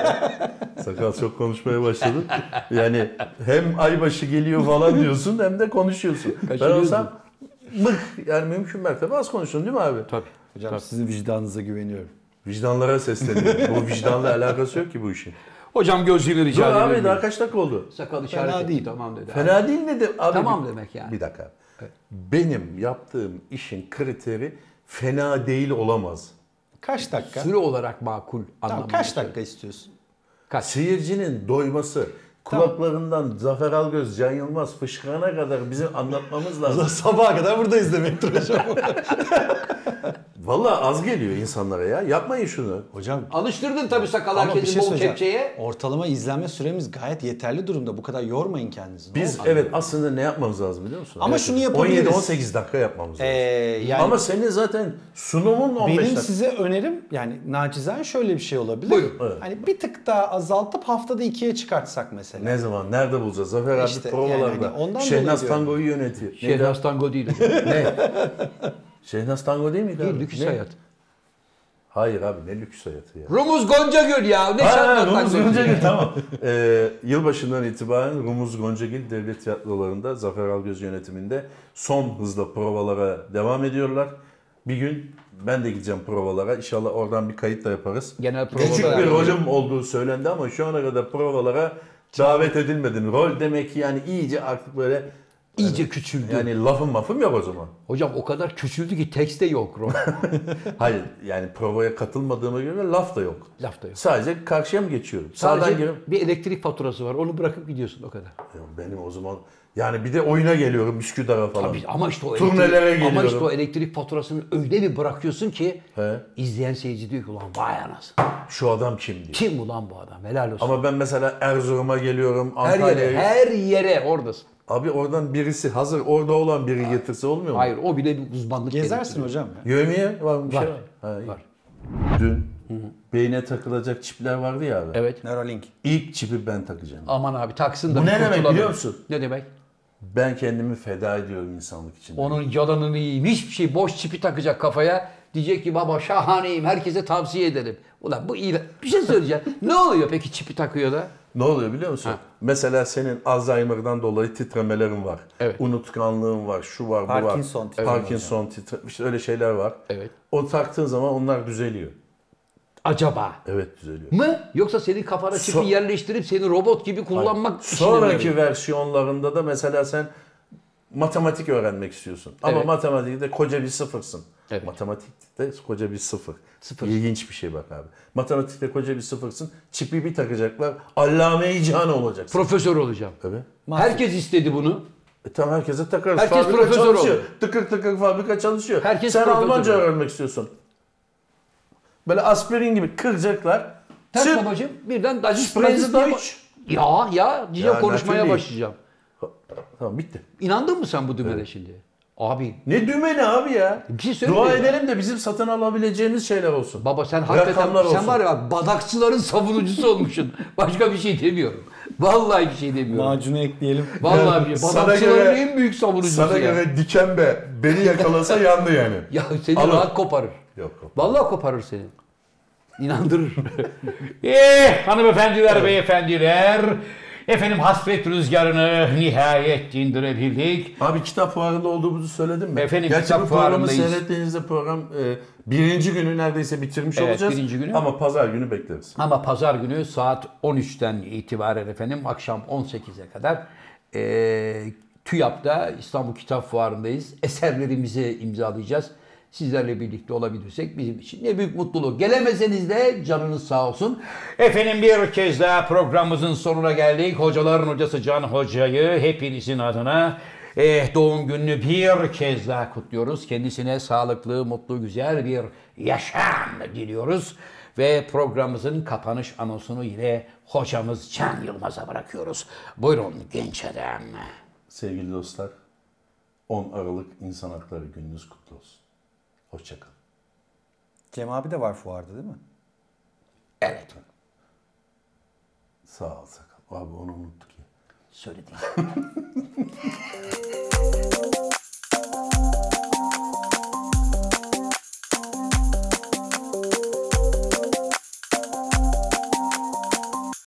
Sakal çok konuşmaya başladı. Yani hem aybaşı geliyor falan diyorsun hem de konuşuyorsun. Ben Kaçırıyorsun. olsam mık yani mümkün mertebe az konuşun değil mi abi? tabii. Hocam Tabii. sizin vicdanınıza güveniyorum. Vicdanlara sesleniyorum. Bu vicdanla alakası yok ki bu işin. Hocam gözlüğünü Dur rica abi ederim. daha kaç dakika oldu? Sakal işaret Fena etti. değil. Tamam dedi. Fena değil dedi abi. Tamam bir- demek yani. Bir dakika. Benim yaptığım işin kriteri fena değil olamaz. Kaç dakika? Süre olarak makul Tamam, anlamında. kaç dakika istiyorsun? Kaç? Seyircinin doyması, kulaklarından Zafer Algöz, Can Yılmaz fışkırana kadar bizim anlatmamız lazım. Sabaha kadar buradayız demektir hocam. Vallahi az geliyor insanlara ya. Yapmayın şunu. Hocam Alıştırdın tabii sakal ama bir herkesi şey bol söyleyeceğim. kepçeye. Ortalama izlenme süremiz gayet yeterli durumda. Bu kadar yormayın kendinizi. Ne Biz olur? evet aslında ne yapmamız lazım biliyor musun? Ama Evet. şunu yapabiliriz. on yedi on sekiz dakika yapmamız Ee, lazım. yani Ama senin zaten sunumun on beş benim dakika. size önerim yani nacizane şöyle bir şey olabilir. Buyurun. Evet. Hani bir tık daha azaltıp haftada ikiye çıkartsak mesela. Ne zaman? Nerede bulacağız? Zafer abi İşte, provalarda. yani hani ondan Şehnaz dolayı diyorum. Tango'yu yönetiyor. Neydi? Şehnaz Tango değil. Ne? Şehnaz Tango değil miydi Değil, abi? lüks Ne? hayat. Hayır abi ne lüks hayatı ya. Rumuz Goncagül ya. Ne Ha, Şehnaz Rumuz Tango? Goncagül tamam. Ee, yılbaşından itibaren Rumuz Goncagül devlet tiyatrolarında Zafer Algöz yönetiminde son hızla provalara devam ediyorlar. Bir gün ben de gideceğim provalara. İnşallah oradan bir kayıt da yaparız. Genel Küçük provalara- bir rolüm olduğu söylendi ama şu ana kadar provalara davet edilmedim. Rol demek ki yani iyice artık böyle İyice küçüldü. yani lafım mafım yok o zaman. Hocam o kadar küçüldü ki tekste yok rol. Hayır yani provaya katılmadığıma göre laf da yok. Laf da yok. Sadece karşıya mı geçiyorum? Sağdan Sadece geliyorum. bir elektrik faturası var. Onu bırakıp gidiyorsun o kadar. Ya benim o zaman yani bir de oyuna geliyorum Üsküdar'a falan. Tabii ama işte o Turnelere elektrik, ama geliyorum. işte o elektrik faturasını öyle bir bırakıyorsun ki He. izleyen seyirci diyor ki ulan vay anasını. Şu adam kim diye. Kim ulan bu adam? Helal olsun. Ama ben mesela Erzurum'a geliyorum, her Antalya'ya. yere, her yere oradasın. Abi oradan birisi hazır orada olan biri getirse olmuyor mu? Hayır o bile bir uzmanlık Gezersin gerektiriyor. hocam ya. Yövmiye var mı bir Var. şey var? Ha, iyi. Var. Dün beyne takılacak çipler vardı ya abi. Evet. Neuralink. İlk çipi ben takacağım. Aman abi taksın da. Bu bir ne demek kurtulalım. biliyor musun? Ne demek? Ben kendimi feda ediyorum insanlık için. Onun yalanını yiyeyim. Hiçbir şey boş çipi takacak kafaya. Diyecek ki baba şahaneyim. Herkese tavsiye ederim. Ulan bu iyi. Bir şey söyleyeceğim. Ne oluyor peki çipi takıyor da? Ne oluyor biliyor musun? Ha. Mesela senin Alzheimer'dan dolayı titremelerin var. Evet. Unutkanlığın var, şu var, bu Parkinson var. titreme Parkinson titre, işte öyle şeyler var. Evet. O taktığın zaman onlar düzeliyor. Acaba Evet düzeliyor. mı? Yoksa senin kafana çipi So- yerleştirip seni robot gibi kullanmak için mi Sonraki yarıyor? versiyonlarında da mesela sen matematik öğrenmek istiyorsun. Ama Evet. matematikte koca bir sıfırsın. Evet. Matematikte koca bir sıfır. Sıfır. İlginç bir şey bak abi. Matematikte koca bir sıfırsın. Çipi bir takacaklar. Allame-i cihan olacaksın. Profesör olacağım. Tabii. Herkes istedi bunu. E tamam herkese takarız. Herkes fabrika profesör çalışıyor. oldu. Tıkır tıkır fabrika çalışıyor. Herkes Sen profesör Almanca oldu. öğrenmek istiyorsun. Böyle aspirin gibi kıracaklar. Tak Sırf- babacığım birden Dacı Sprechen Sie Deutsch? Ya ya diye Ya, konuşmaya natürlich. başlayacağım. Tamam bitti. İnandın mı sen bu dümene şimdi? Abi Ne dümeni abi ya? Bir şey söyleyeyim Dua mi? edelim de bizim satın alabileceğimiz şeyler olsun. baba sen hakikaten Rakamlar sen olsun. var ya bak badakçıların savunucusu olmuşsun. Başka bir şey demiyorum. Vallahi bir şey demiyorum. Macunu ekleyelim. Vallahi bir şey. Sana Badakçıların göre- en büyük savunucusu Sana ya. göre dikembe beni yakalasa yandı yani. Ya seni Alın. rahat koparır. Yok yok. Vallahi koparır seni. İnandırır. Eh hanımefendiler, beyefendiler. Efendim hasret rüzgarını nihayet dindirebildik. Abi kitap fuarında olduğumuzu söyledim mi? Efendim, Gerçi kitap bu programı fuarındayız. seyrettiğinizde program e, birinci günü neredeyse bitirmiş Evet, olacağız. birinci günü. Ama pazar günü bekleriz. Ama pazar günü saat on üçten itibaren efendim akşam on sekize kadar e, TÜYAP'ta İstanbul Kitap Fuarı'ndayız. Eserlerimizi imzalayacağız. Sizlerle birlikte olabilirsek bizim için ne büyük mutluluk. Gelemeseniz de canınız sağ olsun. Efendim bir kez daha programımızın sonuna geldik. Hocaların hocası Can Hoca'yı hepinizin adına eh, doğum gününü bir kez daha kutluyoruz. Kendisine sağlıklı, mutlu, güzel bir yaşam diliyoruz. Ve programımızın kapanış anonsunu yine hocamız Can Yılmaz'a bırakıyoruz. Buyurun genç adam. Sevgili dostlar, on Aralık İnsan Hakları Gününüz kutlu olsun. Hoşçakalın. Cem abi de var fuarda değil mi? Evet, Sağ ol sakal. Abi onu unuttuk ya. söyledim.